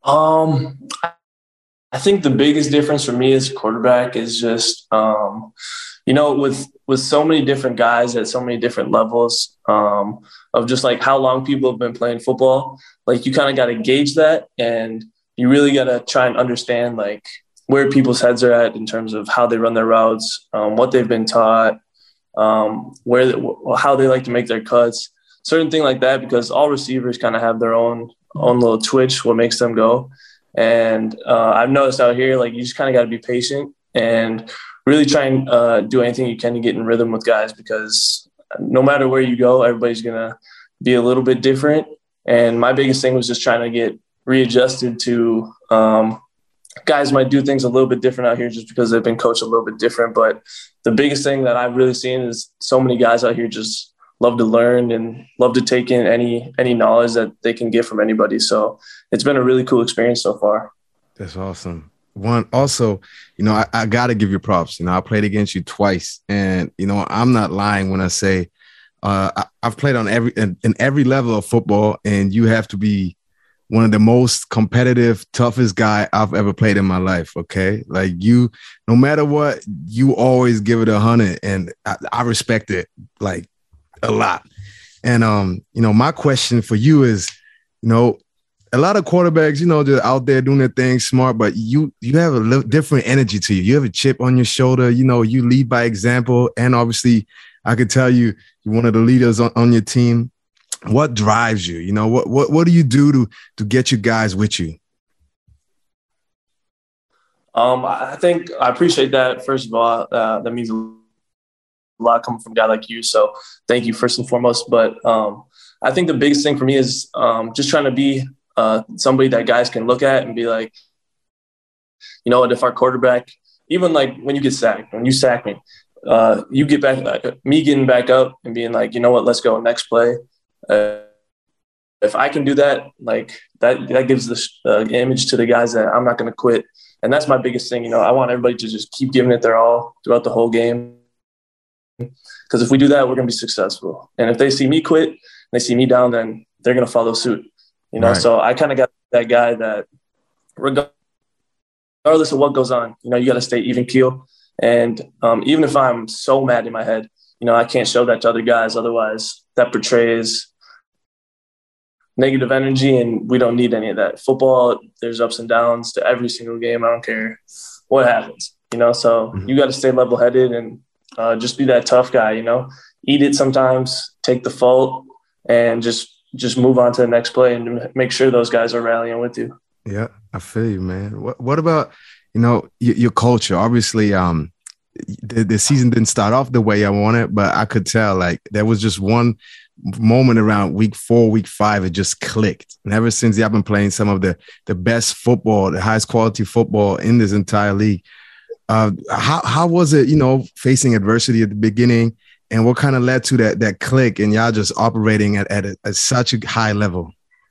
Um, I think the biggest difference for me as a quarterback is just, um, you know, with with so many different guys at so many different levels, um, of just like how long people have been playing football. Like, you kind of got to gauge that, and you really got to try and understand like where people's heads are at in terms of how they run their routes, um, what they've been taught, um, where how they like to make their cuts, certain thing like that. Because all receivers kind of have their own own little twitch, what makes them go. And uh, I've noticed out here, like, you just kind of got to be patient and really try and uh, do anything you can to get in rhythm with guys, because no matter where you go, everybody's going to be a little bit different. And my biggest thing was just trying to get readjusted to um, guys might do things a little bit different out here just because they've been coached a little bit different. But the biggest thing that I've really seen is so many guys out here just love to learn and love to take in any any knowledge that they can get from anybody. So it's been a really cool experience so far. That's awesome. One, also, you know, I, I got to give you props. You know, I played against you twice, and, you know, I'm not lying when I say uh, I, I've played on every in, in every level of football, and you have to be one of the most competitive, toughest guy I've ever played in my life. Okay. Like, you, no matter what, you always give it a hundred, and I, I respect it like a lot. And, um, you know, my question for you is, you know, a lot of quarterbacks, you know, they're out there doing their thing smart, but you, you have a little different energy to you. You have a chip on your shoulder. You know, you lead by example. And obviously I could tell you, you're one of the leaders on, on your team. What drives you? You know, what, what, what do you do to, to get you guys with you? Um, I think I appreciate that. First of all, uh, that means a lot coming from a guy like you. So thank you first and foremost. But um, I think the biggest thing for me is um, just trying to be uh, somebody that guys can look at and be like, you know what, if our quarterback, even like when you get sacked, when you sack me, uh, you get back, uh, me getting back up and being like, you know what, let's go next play. Uh, if I can do that, like that, that gives this uh, image to the guys that I'm not going to quit. And that's my biggest thing. You know, I want everybody to just keep giving it their all throughout the whole game. Because if we do that, we're going to be successful. And if they see me quit, they see me down, then they're going to follow suit. You know, right. So I kind of got that guy that regardless of what goes on, you know, you got to stay even keel. And um, even if I'm so mad in my head, you know, I can't show that to other guys. Otherwise, that portrays negative energy, and we don't need any of that. Football, there's ups and downs to every single game. I don't care what happens, you know, so mm-hmm. you got to stay level-headed and uh, just be that tough guy, you know, eat it sometimes, take the fault, and just just move on to the next play and make sure those guys are rallying with you. Yeah, I feel you, man. What what about, you know, your, your culture? Obviously, um, the, the season didn't start off the way I wanted, but I could tell, like, there was just one moment around week four, week five, it just clicked. And ever since, I've been playing some of the the best football, the highest quality football in this entire league. Uh, how how was it, you know, facing adversity at the beginning, and what kind of led to that that click and y'all just operating at at, a, at such a high level?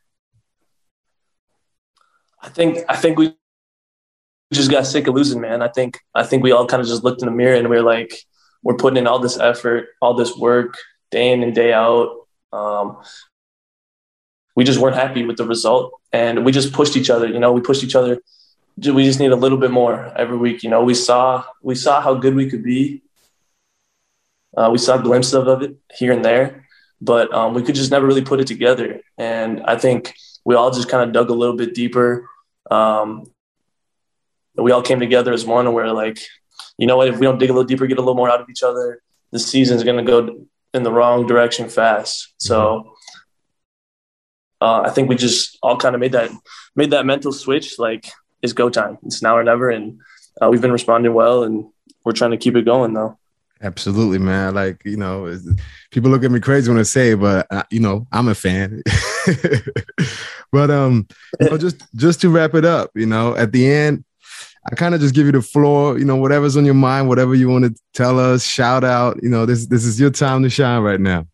I think I think we just got sick of losing, man. I think I think we all kind of just looked in the mirror and we we're like, we're putting in all this effort, all this work, day in and day out. Um, we just weren't happy with the result, and we just pushed each other. You know, we pushed each other. We just need a little bit more every week. You know, we saw we saw how good we could be. Uh, we saw glimpses of it here and there, but um, we could just never really put it together. And I think we all just kind of dug a little bit deeper. Um, we all came together as one, and we're like, you know what? If we don't dig a little deeper, get a little more out of each other, the season's going to go in the wrong direction fast. So uh, I think we just all kind of made that made that mental switch. Like, it's go time. It's now or never, and uh, we've been responding well, and we're trying to keep it going though. Absolutely, man. Like, you know, people look at me crazy when I say it, but uh, you know, I'm a fan. But um, you know, just just to wrap it up, you know, at the end, I kind of just give you the floor. You know, whatever's on your mind, whatever you want to tell us, shout out. You know, this this is your time to shine right now.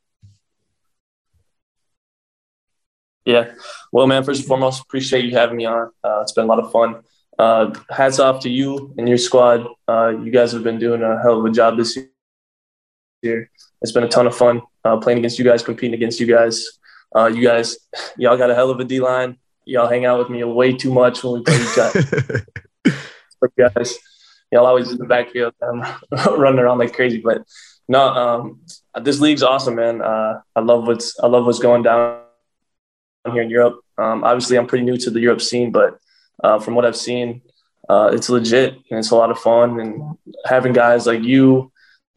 Yeah. Well, man, first and foremost, appreciate you having me on. Uh, it's been a lot of fun. Uh, hats off to you and your squad. Uh, you guys have been doing a hell of a job this year. It's been a ton of fun uh, playing against you guys, competing against you guys. Uh, you guys, y'all got a hell of a D-line. y'all hang out with me way too much when we play each other. Guys, y'all always in the backfield, um, running around like crazy. But no, um, this league's awesome, man. Uh, I love what's I love what's going down here in Europe. Um, obviously, I'm pretty new to the Europe scene, but uh, from what I've seen, uh, it's legit and it's a lot of fun. And having guys like you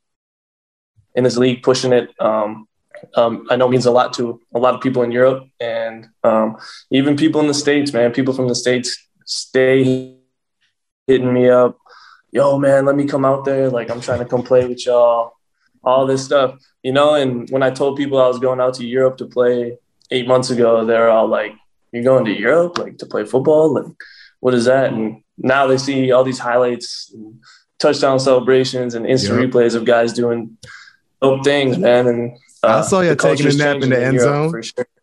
in this league pushing it, um, um, I know means a lot to a lot of people in Europe and um, even people in the States, man. People from the States stay hitting me up. Yo, man, let me come out there. Like, I'm trying to come play with y'all, all this stuff, you know? And when I told people I was going out to Europe to play eight months ago, they're all like, you're going to Europe, like, to play football? Like, what is that? And now they see all these highlights, and touchdown celebrations, and instant yep. replays of guys doing dope things, man. And uh, I saw you taking a nap in the end zone. For sure.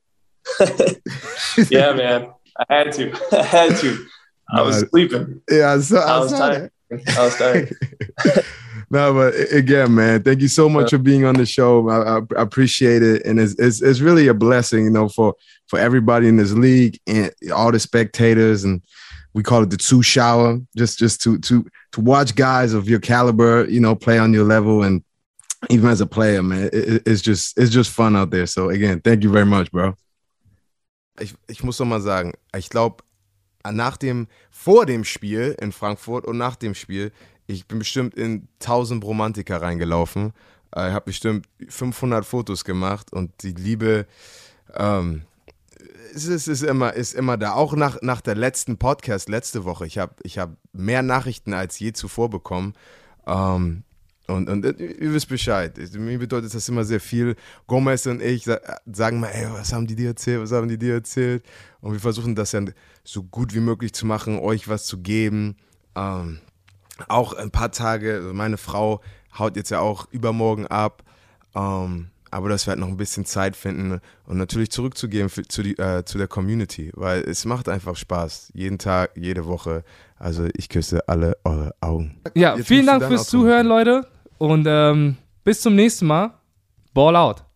Yeah, man. I had to. I had to. I was sleeping. Yeah, I, saw, I, I was tired. I was tired. No, but again, man, thank you so much yeah. for being on the show. I, I, I appreciate it, and it's, it's it's really a blessing, you know, for for everybody in this league and all the spectators, and we call it the Zuschauer, just just to to to watch guys of your caliber, you know, play on your level, and even as a player, man, it, it's just it's just fun out there. So again, thank you very much, bro. Ich ich muss noch mal sagen, ich glaube, nach dem, vor dem Spiel in Frankfurt und nach dem Spiel, ich bin bestimmt in tausend Romantiker reingelaufen. Ich habe bestimmt fünfhundert Fotos gemacht und die Liebe ähm, es ist, ist, immer, ist immer da. Auch nach, nach der letzten Podcast, letzte Woche. Ich habe ich hab mehr Nachrichten als je zuvor bekommen. Ähm, und, und ihr wisst Bescheid. Mir bedeutet das immer sehr viel. Gomez und ich sagen mal, ey, was haben die dir erzählt, was haben die dir erzählt? Und wir versuchen das ja so gut wie möglich zu machen, euch was zu geben. Ähm, auch ein paar Tage, meine Frau haut jetzt ja auch übermorgen ab. Ähm, aber dass wir halt noch ein bisschen Zeit finden und natürlich zurückzugeben für, zu, die, äh, zu der Community, weil es macht einfach Spaß. Jeden Tag, jede Woche. Also ich küsse alle eure Augen. Ja, jetzt vielen Dank fürs Zuhören, Leute. Und ähm, bis zum nächsten Mal. Ball out.